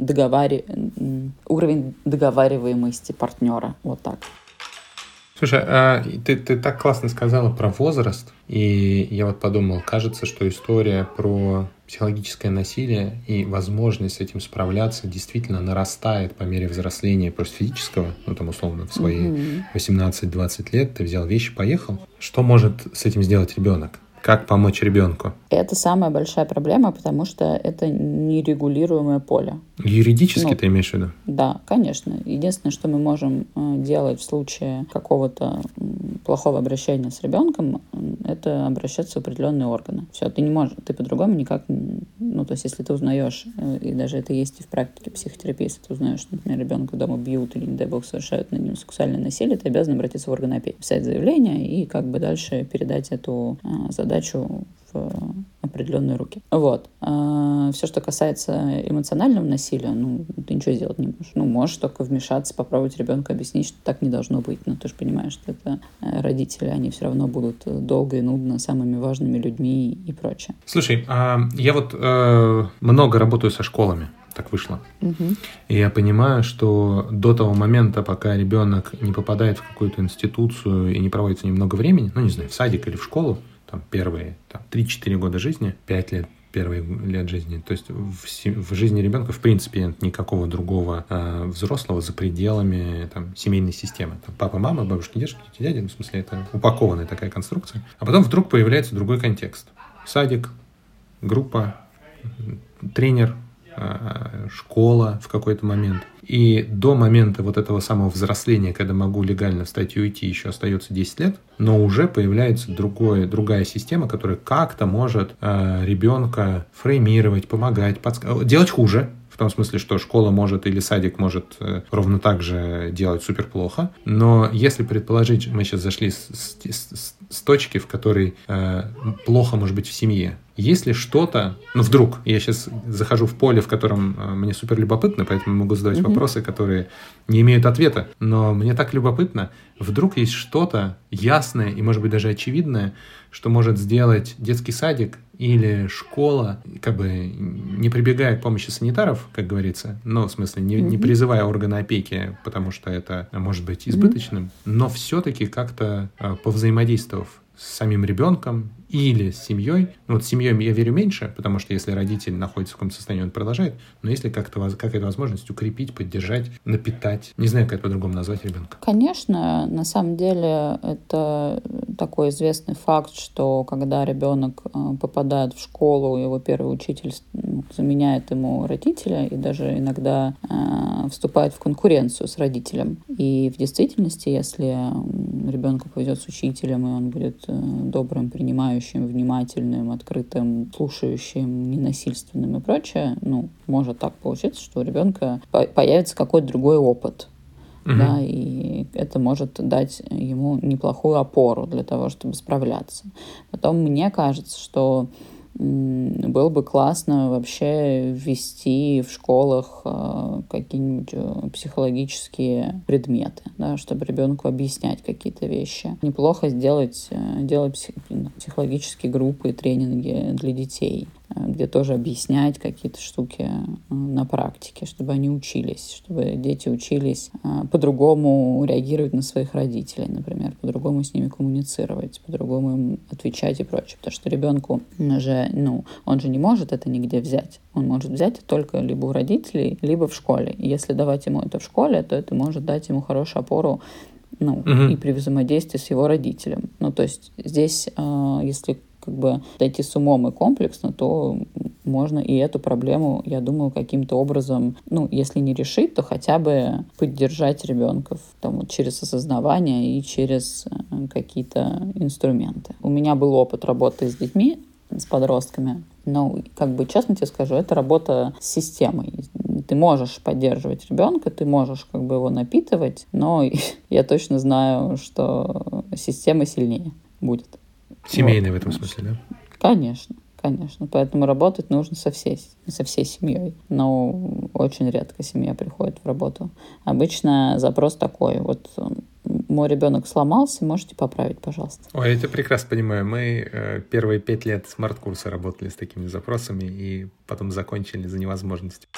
уровень договариваемости партнера. Вот так. Слушай, ты так классно сказала про возраст, и я вот подумал, кажется, что история про психологическое насилие и возможность с этим справляться действительно нарастает по мере взросления просто физического, условно, в свои 18-20 лет ты взял вещи, поехал. Что может с этим сделать ребенок? Как помочь ребенку? Это самая большая проблема, потому что это нерегулируемое поле. Юридически ты имеешь в виду? Да, конечно. Единственное, что мы можем делать в случае какого-то плохого обращения с ребенком, это обращаться в определенные органы. Все, ты не можешь, ты по-другому никак, то есть если ты узнаешь, и даже это есть и в практике психотерапии, если ты узнаешь, что, например, ребенка дома бьют или, не дай бог, совершают над ним сексуальное насилие, ты обязан обратиться в органы опеки, писать заявление и как бы дальше передать эту задачу в определенные руки. Вот. Все, что касается эмоционального насилия, ты ничего сделать не можешь. Можешь только вмешаться, попробовать ребенку объяснить, что так не должно быть. Но ты же понимаешь, что это родители, они все равно будут долго и нудно самыми важными людьми и прочее. Слушай, я много работаю со школами. Так вышло. И я понимаю, что до того момента, пока ребенок не попадает в какую-то институцию и не проводится немного времени, не знаю, в садик или в школу, первые 3-4 года жизни, 5 лет, первые лет жизни. То есть в жизни ребенка, в принципе, нет никакого другого взрослого за пределами семейной системы. Папа, мама, бабушки, дедушки, дяди, в смысле, это упакованная такая конструкция. А потом вдруг появляется другой контекст. Садик, группа, тренер, школа в какой-то момент. И до момента вот этого самого взросления, когда могу легально встать и уйти, еще остается 10 лет, но уже появляется другая система, которая как-то может ребенка фреймировать, помогать, делать хуже. В том смысле, что школа может или садик может ровно так же делать супер плохо. Но если предположить, мы сейчас зашли с точки, в которой плохо может быть в семье. Если что-то, вдруг, я сейчас захожу в поле, в котором мне супер любопытно, поэтому могу задавать вопросы, которые не имеют ответа, но мне так любопытно, вдруг есть что-то ясное и, может быть, даже очевидное, что может сделать детский садик или школа, как бы не прибегая к помощи санитаров, как говорится, но в смысле не призывая органы опеки, потому что это может быть избыточным, но все-таки как-то повзаимодействовав с самим ребенком или с семьей. С семьей я верю меньше, потому что если родитель находится в каком-то состоянии, он продолжает. Но если какая-то возможность укрепить, поддержать, напитать, не знаю, как это по-другому назвать ребенка. Конечно, на самом деле это такой известный факт, что когда ребенок попадает в школу, его первый учитель заменяет ему родителя и даже иногда вступает в конкуренцию с родителем. И в действительности, если ребенку повезет с учителем, и он будет добрым, принимающим, внимательным, открытым, слушающим, ненасильственным и прочее, может так получиться, что у ребенка появится какой-то другой опыт. Да, и это может дать ему неплохую опору для того, чтобы справляться. Потом мне кажется, что было бы классно вообще ввести в школах какие-нибудь психологические предметы, да, чтобы ребенку объяснять какие-то вещи. Неплохо делать психологические группы, тренинги для детей, где тоже объяснять какие-то штуки на практике, чтобы они учились, чтобы дети учились по-другому реагировать на своих родителей, например, по-другому с ними коммуницировать, по-другому им отвечать и прочее. Потому что ребенку же, он же не может это нигде взять. Он может взять это только либо у родителей, либо в школе. И если давать ему это в школе, то это может дать ему хорошую опору и при взаимодействии с его родителем. То есть здесь, если дойти с умом и комплексно, то можно и эту проблему, я думаю, каким-то образом, если не решить, то хотя бы поддержать ребенка через осознавание и через какие-то инструменты. У меня был опыт работы с детьми, с подростками. Честно тебе скажу, это работа с системой. Ты можешь поддерживать ребенка, ты можешь его напитывать, но я точно знаю, что система сильнее будет. Семейный в этом смысле, да? Конечно. Поэтому работать нужно со всей семьей. Но очень редко семья приходит в работу. Обычно запрос такой: мой ребенок сломался, можете поправить, пожалуйста. Ой, я тебя прекрасно понимаю. Мы первые 5 лет смарт-курса работали с такими запросами и потом закончили за невозможностью.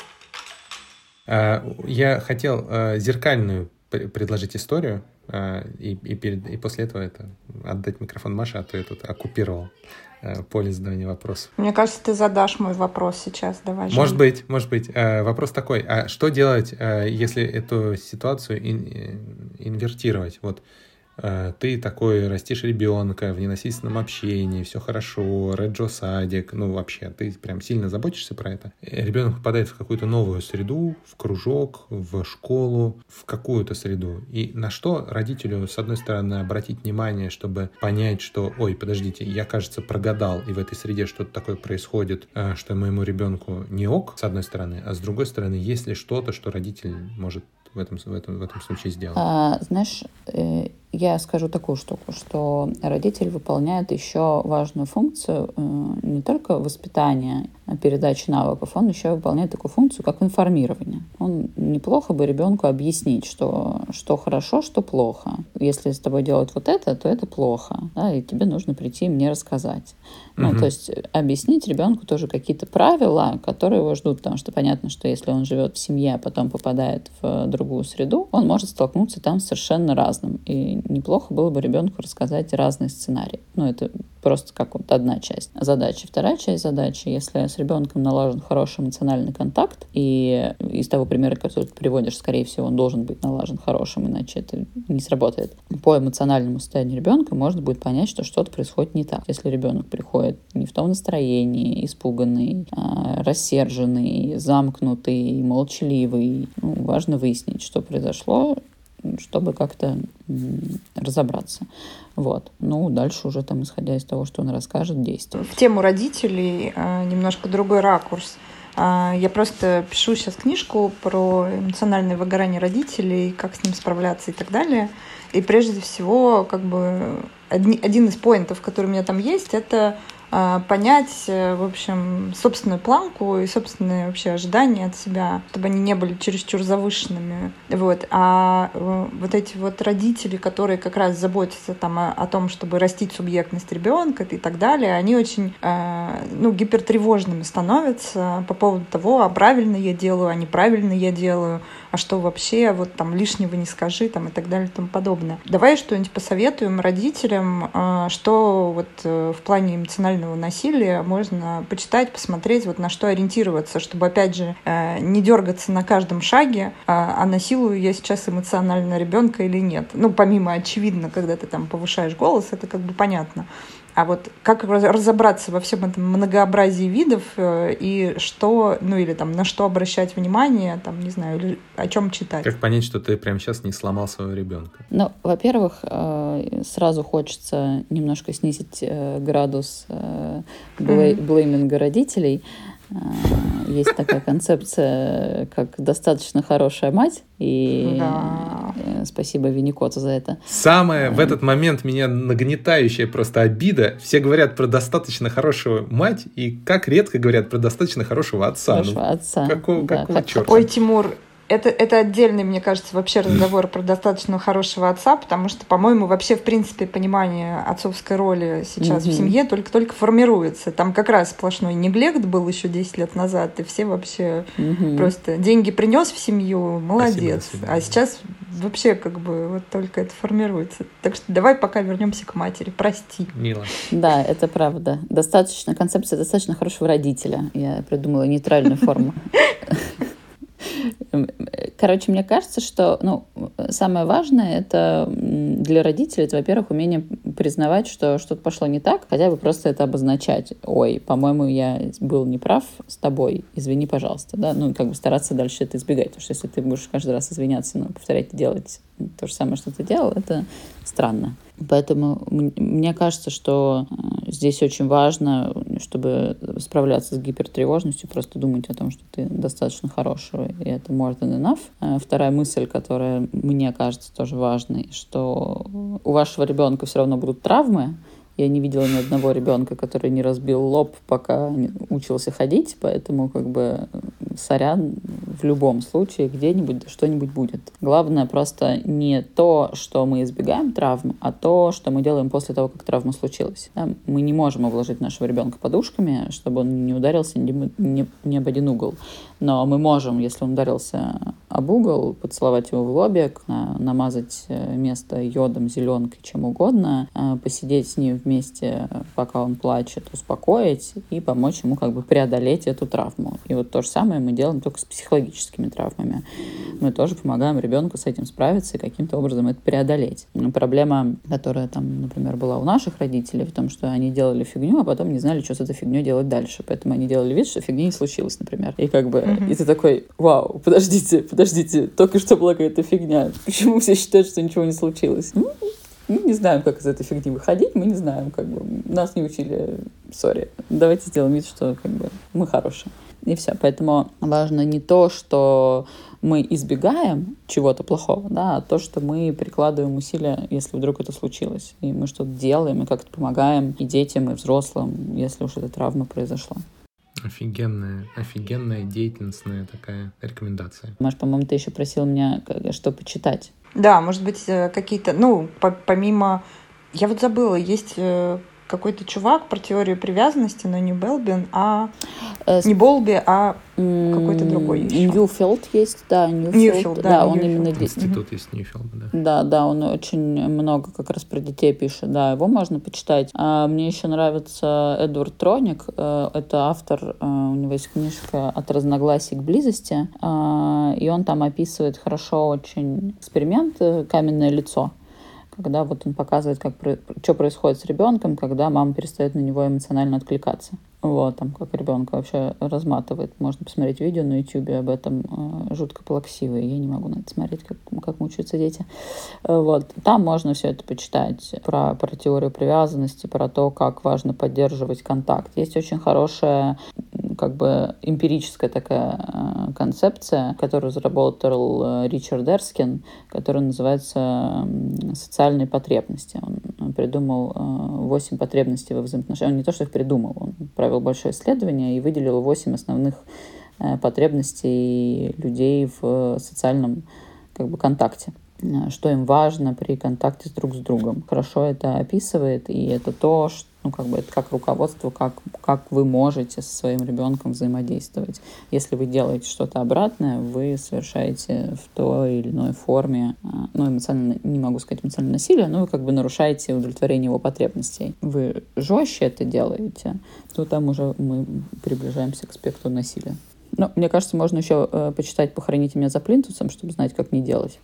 Я хотел зеркальную предложить историю, и после этого отдать микрофон Маше, а то я тут оккупировал поле задания вопросов. Мне кажется, ты задашь мой вопрос сейчас. Давай. Может быть. Вопрос такой: а что делать, если эту ситуацию инвертировать? Ты такой растишь ребенка в ненасильственном общении, все хорошо, Реджо садик, вообще, ты прям сильно заботишься про это. Ребенок попадает в какую-то новую среду, в кружок, в школу, в какую-то среду. И на что родителю, с одной стороны, обратить внимание, чтобы понять, что, ой, подождите, я, кажется, прогадал, и в этой среде что-то такое происходит, что моему ребенку не ок, с одной стороны, а с другой стороны, есть ли что-то, что родитель может в этом случае сделать? Знаешь, я скажу такую штуку, что родитель выполняет еще важную функцию не только воспитания, передачи навыков, он еще выполняет такую функцию, как информирование. Он неплохо бы ребенку объяснить, что хорошо, что плохо. Если с тобой делать это, то это плохо, да, и тебе нужно прийти и мне рассказать. То есть объяснить ребенку тоже какие-то правила, которые его ждут, потому что понятно, что если он живет в семье, а потом попадает в другую среду, он может столкнуться там с совершенно разным. И неплохо было бы ребенку рассказать разные сценарии. Это просто как вот одна часть задачи. Вторая часть задачи, если с ребенком налажен хороший эмоциональный контакт, и из того примера, который ты приводишь, скорее всего, он должен быть налажен хорошим, иначе это не сработает. По эмоциональному состоянию ребенка можно будет понять, что что-то происходит не так. Если ребенок приходит не в том настроении, испуганный, рассерженный, замкнутый, молчаливый, важно выяснить, что произошло, чтобы как-то разобраться. Дальше уже исходя из того, что он расскажет, действовать. В тему родителей немножко другой ракурс. Я просто пишу сейчас книжку про эмоциональное выгорание родителей, как с ним справляться и так далее. И прежде всего, один из поинтов, который у меня там есть, это понять, в общем, собственную планку и собственные вообще ожидания от себя, чтобы они не были чересчур завышенными. А вот эти вот родители, которые как раз заботятся о том, чтобы растить субъектность ребенка и так далее, они очень гипертревожными становятся по поводу того, а правильно я делаю, а неправильно я делаю, а что вообще лишнего не скажи и так далее и тому подобное. Давай что-нибудь посоветуем родителям, что в плане эмоционального насилия можно почитать, посмотреть, на что ориентироваться, чтобы, опять же, не дергаться на каждом шаге, а насилую я сейчас эмоционально ребенка или нет. Помимо, очевидно, когда ты повышаешь голос, это понятно. А как разобраться во всем этом многообразии видов и что, или на что обращать внимание, не знаю, или о чем читать. Как понять, что ты прямо сейчас не сломал своего ребенка? Во-первых, сразу хочется немножко снизить градус блейминга родителей. Есть такая концепция, как «достаточно хорошая мать», и спасибо Винникоту за это. Самое в этот момент меня нагнетающая просто обида. Все говорят про достаточно хорошую мать, и как редко говорят про достаточно хорошего отца. Какого черта? Ой, Тимур, это отдельный, мне кажется, вообще разговор про достаточно хорошего отца, потому что, по-моему, вообще, в принципе, понимание отцовской роли сейчас в семье только формируется. Там как раз сплошной неглект был еще 10 лет назад, и все вообще просто деньги принес в семью, молодец. Спасибо, а сейчас вообще только это формируется. Так что давай пока вернемся к матери. Прости. Мило. Да, это правда. Концепция достаточно хорошего родителя. Я придумала нейтральную форму. Короче, мне кажется, что самое важное это для родителей, это, во-первых, умение признавать, что что-то пошло не так, хотя бы просто это обозначать. Ой, по-моему, я был неправ с тобой, извини, пожалуйста. Да? Стараться дальше это избегать, потому что если ты будешь каждый раз извиняться, повторять и делать то же самое, что ты делал, это странно. Поэтому мне кажется, что здесь очень важно, чтобы справляться с гипертревожностью, просто думать о том, что ты достаточно хороший, и это more than enough. Вторая мысль, которая мне кажется тоже важной, что у вашего ребенка все равно будут травмы. Я не видела ни одного ребенка, который не разбил лоб, пока учился ходить, поэтому сорян, в любом случае где-нибудь что-нибудь будет. Главное просто не то, что мы избегаем травм, а то, что мы делаем после того, как травма случилась. Да? Мы не можем обложить нашего ребенка подушками, чтобы он не ударился ни об один угол. Но мы можем, если он ударился об угол, поцеловать его в лобик, намазать место йодом, зеленкой, чем угодно, посидеть с ним вместе, пока он плачет, успокоить и помочь ему преодолеть эту травму. И то же самое мы делаем только с психологическими травмами. Мы тоже помогаем ребенку с этим справиться и каким-то образом это преодолеть. Проблема, которая например, была у наших родителей, в том, что они делали фигню, а потом не знали, что с этой фигней делать дальше. Поэтому они делали вид, что фигни не случилось, например. И и ты такой: вау, подождите, только что была какая-то фигня. Почему все считают, что ничего не случилось? Мы не знаем, как из этой фигни выходить, мы не знаем, нас не учили, сори. Давайте сделаем вид, что мы хорошие. И все. Поэтому важно не то, что мы избегаем чего-то плохого, да, а то, что мы прикладываем усилия, если вдруг это случилось. И мы что-то делаем, и как-то помогаем и детям, и взрослым, если уж эта травма произошла. Офигенная деятельностная такая рекомендация. Маш, по-моему, ты еще просил меня, что почитать. Да, может быть, какие-то, помимо... Я забыла, есть какой-то чувак про теорию привязанности, но не Белбин, не Болби, а какой-то другой еще. Ньюфилд есть, да, Ньюфилд, да, он именно... Институт есть Ньюфилда, да. Да, он очень много как раз про детей пишет, да, его можно почитать. Мне еще нравится Эдвард Троник, это автор, у него есть книжка «От разногласий к близости», и он там описывает хорошо очень эксперимент «Каменное лицо», когда вот он показывает, что происходит с ребенком, когда мама перестает на него эмоционально откликаться. Вот, там, как ребенка вообще разматывает. Можно посмотреть видео на YouTube об этом, жутко плаксивое. Я не могу на это смотреть, как мучаются дети. Вот, там можно все это почитать про теорию привязанности, про то, как важно поддерживать контакт. Есть очень хорошая как бы эмпирическая такая концепция, которую разработал Ричард Эрскин, которая называется «Социальные потребности». Он придумал 8 потребностей во взаимоотношениях. Он не то, что их придумал, он провел большое исследование и выделил 8 основных потребностей людей в социальном как бы контакте. Что им важно при контакте друг с другом. Хорошо это описывает, и это то, что это как руководство, как вы можете со своим ребенком взаимодействовать. Если вы делаете что-то обратное, вы совершаете в той или иной форме, эмоционально, не могу сказать эмоциональное насилие, но вы как бы нарушаете удовлетворение его потребностей. Вы жестче это делаете, то там уже мы приближаемся к спектру насилия. Но мне кажется, можно еще почитать «Похороните меня за плинтусом», чтобы знать, как не делать.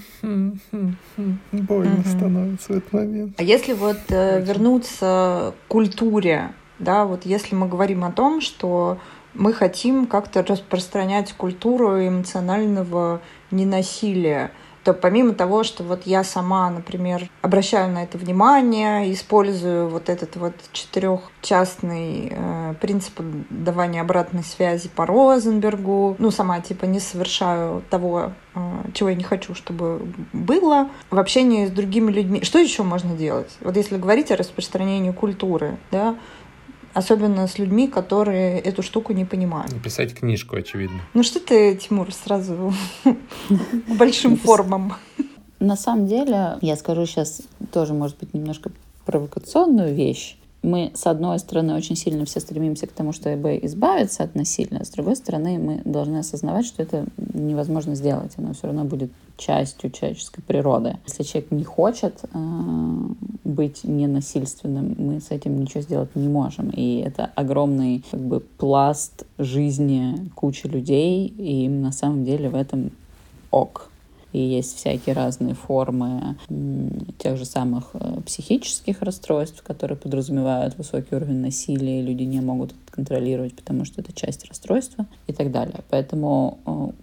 Больно становится в этот момент. А если вернуться к культуре, да, вот если мы говорим о том, что мы хотим как-то распространять культуру эмоционального ненасилия, то помимо того, что я сама, например, обращаю на это внимание, использую этот четырехчастный принцип давания обратной связи по Розенбергу, сама не совершаю того, чего я не хочу, чтобы было в общении с другими людьми. Что еще можно делать? Если говорить о распространении культуры, да, особенно с людьми, которые эту штуку не понимают. Написать книжку, очевидно. Что ты, Тимур, сразу большим формам? На самом деле, я скажу сейчас тоже, может быть, немножко провокационную вещь. Мы, с одной стороны, очень сильно все стремимся к тому, чтобы избавиться от насилия, с другой стороны, мы должны осознавать, что это невозможно сделать. Оно все равно будет частью человеческой природы. Если человек не хочет быть ненасильственным, мы с этим ничего сделать не можем. И это огромный пласт жизни кучи людей, и им на самом деле в этом ок. И есть всякие разные формы тех же самых психических расстройств, которые подразумевают высокий уровень насилия, и люди не могут это контролировать, потому что это часть расстройства и так далее. Поэтому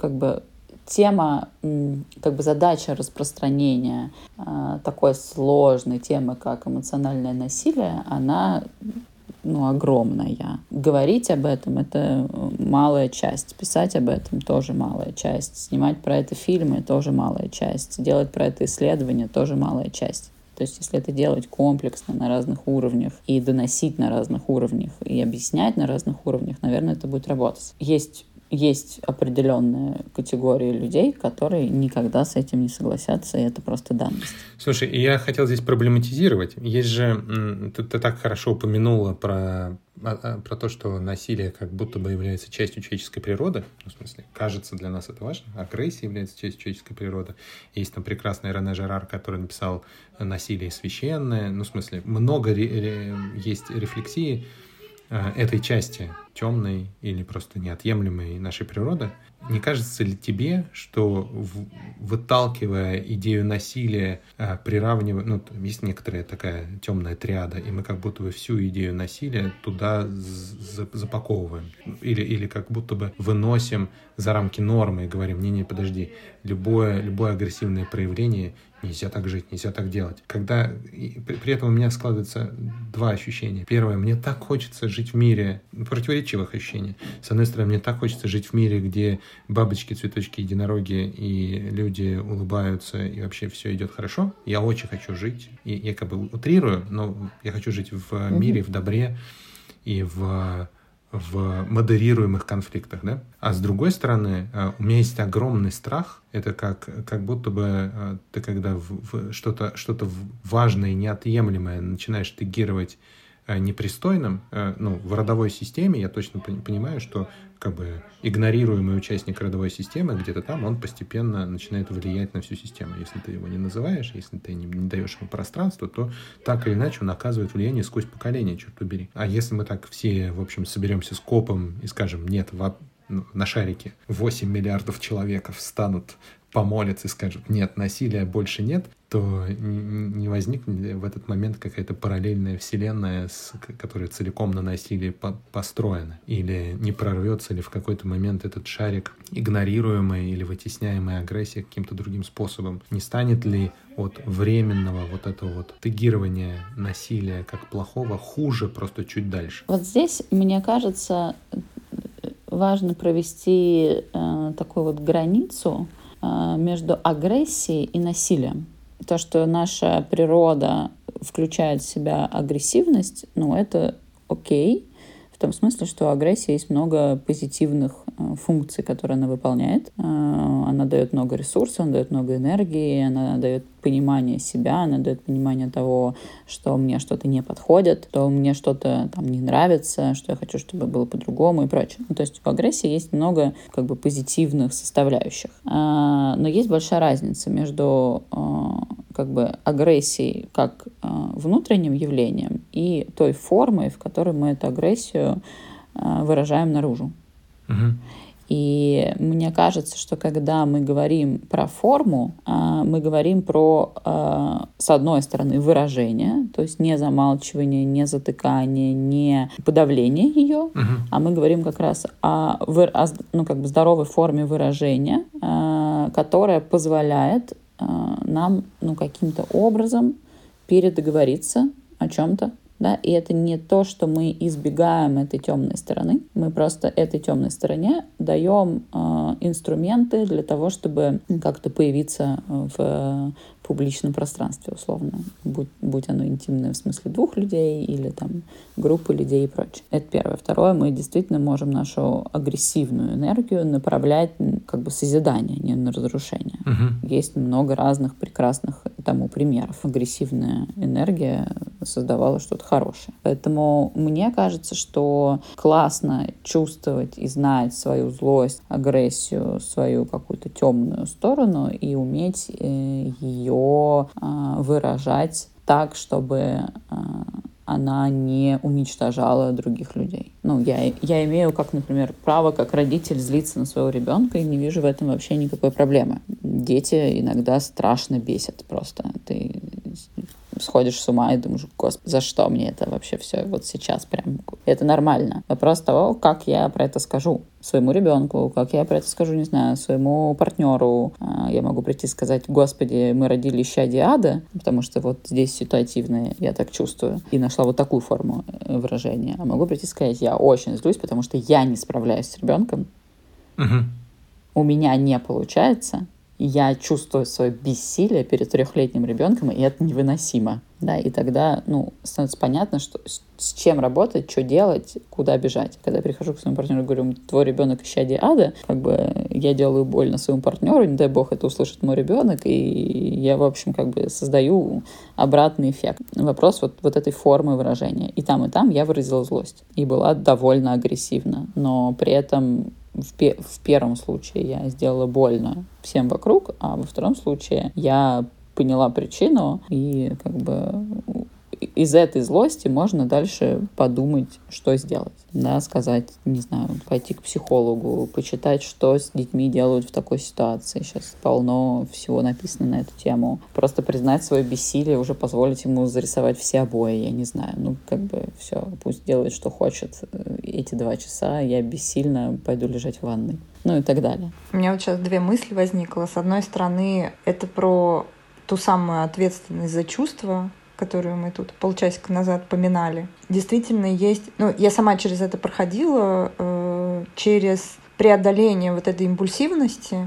тема, задача распространения такой сложной темы, как эмоциональное насилие, она огромная. Говорить об этом — это малая часть. Писать об этом — тоже малая часть. Снимать про это фильмы — тоже малая часть. Делать про это исследования — тоже малая часть. То есть если это делать комплексно на разных уровнях и доносить на разных уровнях и объяснять на разных уровнях, наверное, это будет работать. Есть определенная категория людей, которые никогда с этим не согласятся, и это просто данность. Слушай, я хотел здесь проблематизировать. Есть же, ты так хорошо упомянула про то, что насилие как будто бы является частью человеческой природы. В смысле, кажется, для нас это важно. Агрессия является частью человеческой природы. Есть там прекрасный Рене Жерар, который написал «Насилие священное». В смысле, много есть рефлексии этой части темной или просто неотъемлемой нашей природы. Не кажется ли тебе, что выталкивая идею насилия, приравнивая, есть некоторая такая темная триада, и мы как будто бы всю идею насилия туда запаковываем, или как будто бы выносим за рамки нормы и говорим: не, подожди, любое агрессивное проявление нельзя так жить, нельзя так делать. Когда при этом у меня складывается два ощущения. Первое, мне так хочется жить в мире, противоречивых ощущений. С одной стороны, мне так хочется жить в мире, где бабочки, цветочки, единороги, и люди улыбаются, и вообще все идет хорошо. Я очень хочу жить, и я утрирую, но я хочу жить в мире, в добре, и в в модерируемых конфликтах, да? А с другой стороны, у меня есть огромный страх. Это как будто бы ты, когда что-то важное и неотъемлемое начинаешь тегировать непристойным, в родовой системе я точно понимаю, что как бы игнорируемый участник родовой системы где-то там, он постепенно начинает влиять на всю систему. Если ты его не называешь, если ты не даешь ему пространство, то так или иначе он оказывает влияние сквозь поколение, черт побери. А если мы так все, в общем, соберемся скопом и скажем, нет, на шарике 8 миллиардов человек встанут, помолятся и скажут, нет, насилия больше нет, то не возникнет в этот момент какая-то параллельная вселенная, которая целиком на насилии построена. Или не прорвется ли в какой-то момент этот шарик игнорируемой или вытесняемой агрессией каким-то другим способом. Не станет ли от временного вот этого вот тегирования насилия как плохого хуже просто чуть дальше? Вот здесь, мне кажется, важно провести такую вот границу между агрессией и насилием. То, что наша природа включает в себя агрессивность, это окей. В том смысле, что у агрессии есть много позитивных функций, которые она выполняет. Она дает много ресурсов, она дает много энергии, она дает понимание себя, она дает понимание того, что мне что-то не подходит, что мне что-то там не нравится, что я хочу, чтобы было по-другому и прочее. То есть у агрессии есть много позитивных составляющих. Но есть большая разница между агрессией как внутренним явлением и той формой, в которой мы эту агрессию выражаем наружу. И мне кажется, что когда мы говорим про форму, мы говорим про, с одной стороны, выражение, то есть не замалчивание, не затыкание, не подавление ее, а мы говорим как раз о здоровой форме выражения, которая позволяет нам каким-то образом передоговориться о чем-то. Да? И это не то, что мы избегаем этой темной стороны. Мы просто этой темной стороне даем инструменты для того, чтобы как-то появиться в публичном пространстве, условно. Будь оно интимное в смысле двух людей или там группы людей и прочее. Это первое. Второе, мы действительно можем нашу агрессивную энергию направлять созидание, не на разрушение. Есть много разных прекрасных тому примеров. Агрессивная энергия создавала что-то хорошее. Поэтому мне кажется, что классно чувствовать и знать свою злость, агрессию, свою какую-то темную сторону и уметь ее выражать так, чтобы она не уничтожала других людей. Я имею, например, право, как родитель, злиться на своего ребенка и не вижу в этом вообще никакой проблемы. Дети иногда страшно бесят просто. Ты сходишь с ума и думаешь, господи, за что мне это вообще все вот сейчас прям? Это нормально. Вопрос того, как я про это скажу своему ребенку, как я про это скажу, не знаю, своему партнеру. Я могу прийти и сказать, господи, мы родили исчадие ада, потому что вот здесь ситуативно я так чувствую, и нашла вот такую форму выражения. А могу прийти и сказать, я очень злюсь, потому что я не справляюсь с ребенком, у меня не получается, я чувствую свое бессилие перед 3-летним ребенком, и это невыносимо. Да, и тогда, становится понятно, что с чем работать, что делать, куда бежать. Когда я прихожу к своему партнеру и говорю, твой ребенок исчадие ада, я делаю больно своему партнеру, не дай бог это услышит мой ребенок, и я, в общем, создаю обратный эффект. Вопрос вот этой формы выражения. И там я выразила злость. И была довольно агрессивна. Но при этом в первом случае я сделала больно всем вокруг, а во втором случае я поняла причину, и из этой злости можно дальше подумать, что сделать. Да, сказать, не знаю, пойти к психологу, почитать, что с детьми делают в такой ситуации. Сейчас полно всего написано на эту тему. Просто признать свое бессилие, уже позволить ему зарисовать все обои, я не знаю. Все, пусть делает, что хочет. Эти 2 часа я бессильно пойду лежать в ванной. И так далее. У меня вот сейчас 2 мысли возникло. С одной стороны, это про ту самую ответственность за чувства, которую мы тут полчасика назад поминали. Действительно есть... я сама через это проходила, через преодоление вот этой импульсивности,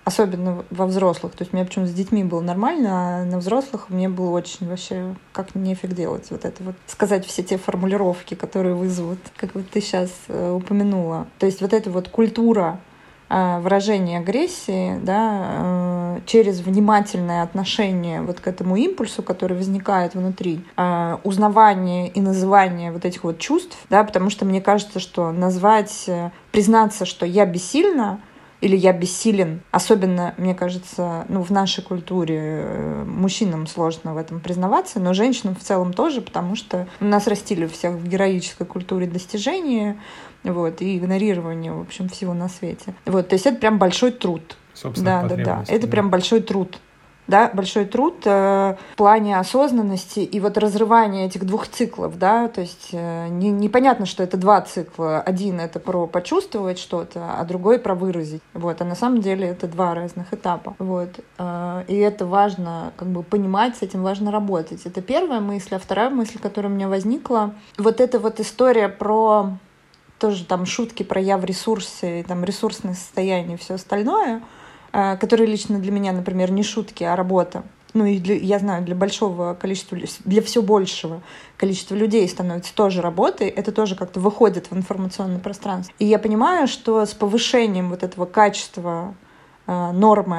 особенно во взрослых. То есть у меня почему-то с детьми было нормально, а на взрослых мне было очень вообще как нефиг делать. Вот это вот сказать все те формулировки, которые вызовут, как вот ты сейчас упомянула. То есть вот эта вот культура выражение агрессии, да, через внимательное отношение вот к этому импульсу, который возникает внутри, узнавание и называние вот этих вот чувств, да, потому что мне кажется, что признаться, что я бессильна или я бессилен, особенно, мне кажется, в нашей культуре мужчинам сложно в этом признаваться, но женщинам в целом тоже, потому что нас растили всех в героической культуре достижения, вот, и игнорирование, в общем, всего на свете. Вот, то есть это прям большой труд. Да. Это прям большой труд. Да, большой труд в плане осознанности и вот разрывания этих двух циклов, да, то есть непонятно, что это два цикла. Один — это про почувствовать что-то, а другой — про выразить. Вот, а на самом деле это два разных этапа. Вот, и это важно как бы понимать, с этим важно работать. Это первая мысль. А вторая мысль, которая у меня возникла, вот эта вот история про тоже там шутки про я в ресурсе, там ресурсное состояние и все остальное, которые лично для меня, например, не шутки, а работа. И я знаю, для большого количества, для все большего количества людей становится тоже работой, это тоже как-то выходит в информационное пространство. И я понимаю, что с повышением вот этого качества нормы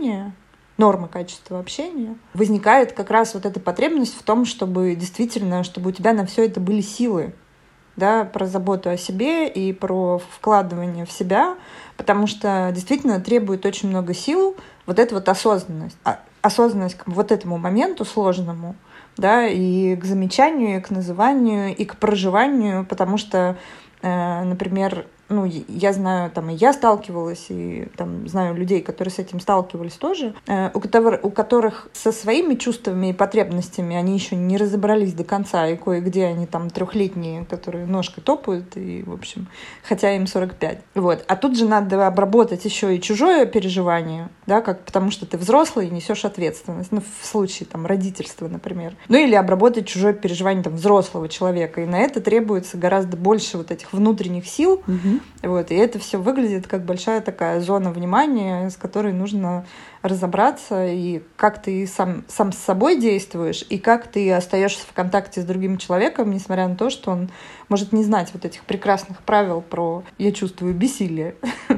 качества общения, возникает как раз вот эта потребность в том, чтобы у тебя на все это были силы. Да, про заботу о себе и про вкладывание в себя, потому что действительно требует очень много сил вот эта вот осознанность. Осознанность к вот этому моменту сложному, да, и к замечанию, и к называнию, и к проживанию, потому что, например, я знаю, и я сталкивалась, и знаю людей, которые с этим сталкивались тоже, у которых со своими чувствами и потребностями они еще не разобрались до конца, и кое-где они трехлетние, которые ножкой топают, и, в общем, хотя им 45. Вот. А тут же надо обработать еще и чужое переживание, да, потому что ты взрослый и несешь ответственность, в случае родительства, например. Или обработать чужое переживание взрослого человека, и на это требуется гораздо больше вот этих внутренних сил. Вот, и это все выглядит как большая такая зона внимания, с которой нужно разобраться, и как ты сам с собой действуешь, и как ты остаешься в контакте с другим человеком, несмотря на то, что он может не знать вот этих прекрасных правил про «я чувствую бессилие».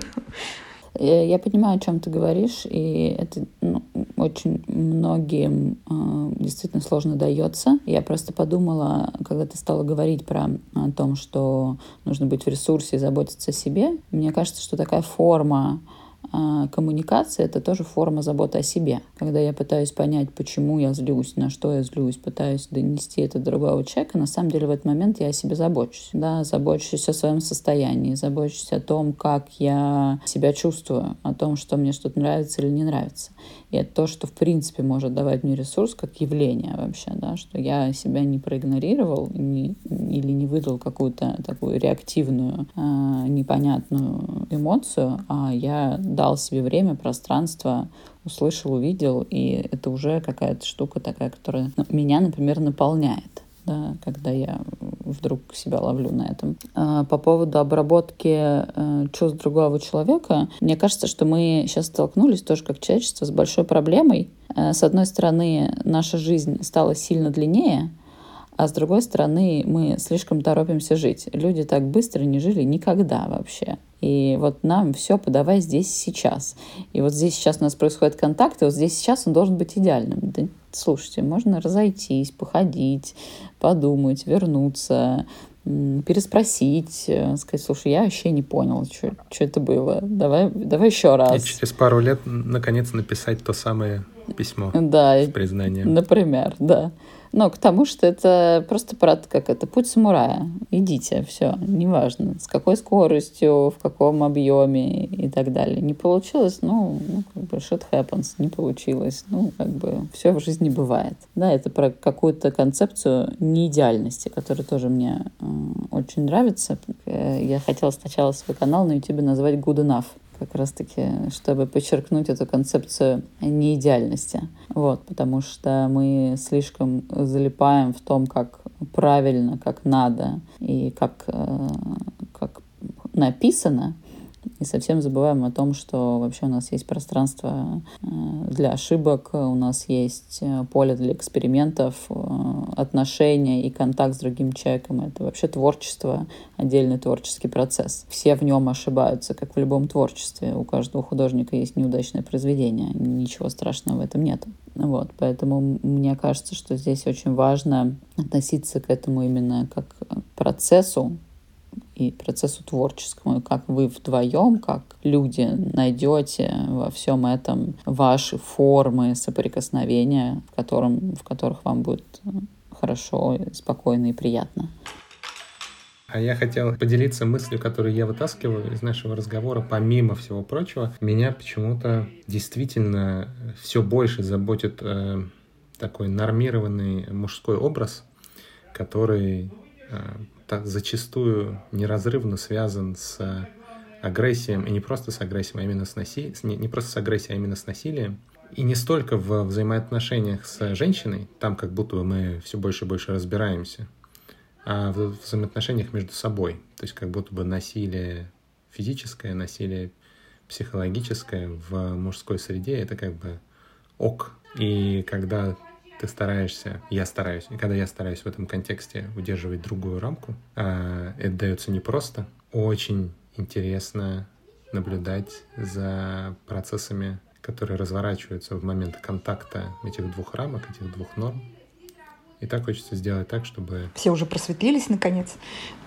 Я понимаю, о чем ты говоришь, и это очень многим действительно сложно дается. Я просто подумала, когда ты стала говорить о том, что нужно быть в ресурсе и заботиться о себе, мне кажется, что такая форма коммуникации — это тоже форма заботы о себе. Когда я пытаюсь понять, почему я злюсь, на что я злюсь, пытаюсь донести это до другого человека, на самом деле в этот момент я о себе забочусь. Да, забочусь о своем состоянии, забочусь о том, как я себя чувствую, о том, что мне что-то нравится или не нравится. И это то, что в принципе может давать мне ресурс как явление вообще, да, что я себя не проигнорировал или не выдал какую-то такую реактивную, непонятную эмоцию, а я дал себе время, пространство, услышал, увидел, и это уже какая-то штука такая, которая меня, например, наполняет, да, когда я вдруг себя ловлю на этом. По поводу обработки чувств другого человека, мне кажется, что мы сейчас столкнулись тоже как человечество с большой проблемой. С одной стороны, наша жизнь стала сильно длиннее, а с другой стороны, мы слишком торопимся жить. Люди так быстро не жили никогда вообще. И вот нам все подавай здесь сейчас. И вот здесь сейчас у нас происходит контакт, и вот здесь сейчас он должен быть идеальным. Да, слушайте, можно разойтись, походить, подумать, вернуться, переспросить, сказать: слушай, я вообще не понял, что это было. Давай еще раз. И через пару лет, наконец, написать то самое письмо с признанием. Например, да. Но к тому, что это просто путь самурая. Идите, все, неважно, с какой скоростью, в каком объеме и так далее. Не получилось, shit happens, не получилось. Все в жизни бывает. Да, это про какую-то концепцию неидеальности, которая тоже мне очень нравится. Я хотела сначала свой канал на YouTube назвать Good Enough, как раз-таки, чтобы подчеркнуть эту концепцию неидеальности. Потому что мы слишком залипаем в том, как правильно, как надо и как написано, И совсем забываем о том, что вообще у нас есть пространство для ошибок, у нас есть поле для экспериментов, отношения и контакт с другим человеком. Это вообще творчество, отдельный творческий процесс. Все в нем ошибаются, как в любом творчестве. У каждого художника есть неудачное произведение. Ничего страшного в этом нет. Вот, поэтому мне кажется, что здесь очень важно относиться к этому именно как к процессу, и процессу творческому, и как вы вдвоем, как люди, найдете во всем этом ваши формы соприкосновения, в которых вам будет хорошо, спокойно и приятно. А я хотел поделиться мыслью, которую я вытаскиваю из нашего разговора, помимо всего прочего. Меня почему-то действительно все больше заботит такой нормированный мужской образ, который зачастую неразрывно связан с агрессией, и не просто с агрессией, а именно с насилием, не просто с агрессией, а именно с насилием. И не столько в взаимоотношениях с женщиной, там как будто мы все больше и больше разбираемся, а в взаимоотношениях между собой. То есть как будто бы насилие физическое, насилие психологическое в мужской среде — это как бы ок. И когда ты стараешься, и когда я стараюсь в этом контексте удерживать другую рамку, это дается непросто. Очень интересно наблюдать за процессами, которые разворачиваются в момент контакта этих двух рамок, этих двух норм. И так хочется сделать так, чтобы... Все уже просветлились, наконец.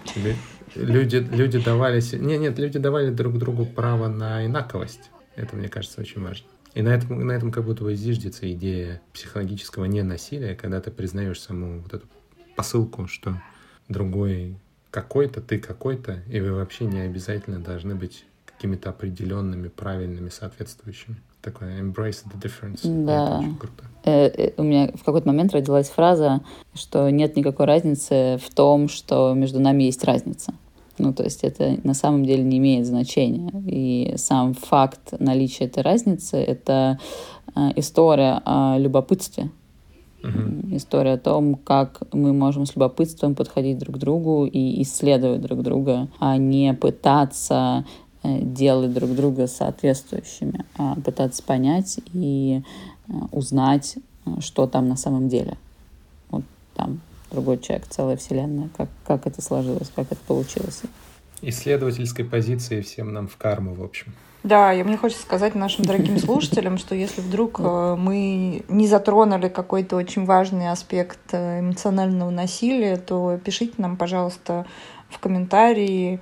Люди давали друг другу право на инаковость. Это, мне кажется, очень важно. И на этом как будто бы зиждется идея психологического ненасилия, когда ты признаешь саму вот эту посылку, что другой какой-то, ты какой-то, и вы вообще не обязательно должны быть какими-то определенными, правильными, соответствующими. Такое embrace the difference. Да. Это очень круто. У меня в какой-то момент родилась фраза, что нет никакой разницы в том, что между нами есть разница. Ну, то есть это на самом деле не имеет значения. И сам факт наличия этой разницы — это история о любопытстве. История о том, как мы можем с любопытством подходить друг к другу и исследовать друг друга, а не пытаться делать друг друга соответствующими, а пытаться понять и узнать, что там на самом деле. Вот там другой человек, целая вселенная. Как это сложилось, как это получилось. Исследовательской позиции всем нам в карму, в общем. Да, и мне хочется сказать нашим дорогим слушателям, что если вдруг мы не затронули какой-то очень важный аспект эмоционального насилия, то пишите нам, пожалуйста, в комментарии,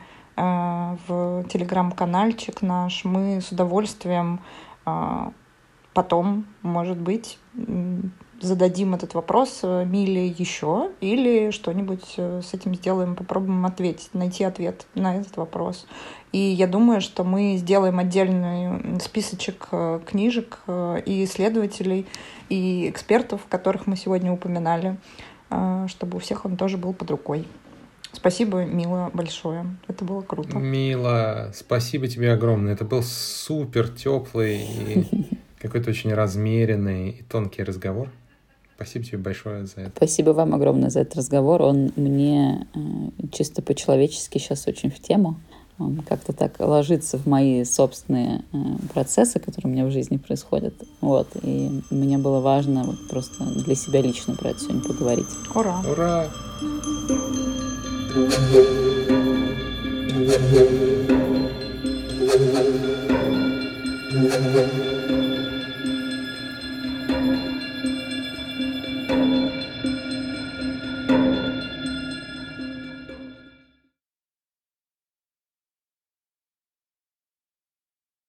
в телеграм-канальчик наш. Мы с удовольствием потом, может быть, зададим этот вопрос Миле еще или что-нибудь с этим сделаем, попробуем ответить, найти ответ на этот вопрос. И я думаю, что мы сделаем отдельный списочек книжек и исследователей, и экспертов, которых мы сегодня упоминали, чтобы у всех он тоже был под рукой. Спасибо, Мила, большое. Это было круто. Мила, спасибо тебе огромное. Это был супер теплый и какой-то очень размеренный и тонкий разговор. Спасибо тебе большое за это. Спасибо вам огромное за этот разговор. Он мне чисто по-человечески сейчас очень в тему. Он как-то так ложится в мои собственные процессы, которые у меня в жизни происходят. Вот. И мне было важно вот просто для себя лично про это сегодня поговорить. Ура! Ура! Thank you.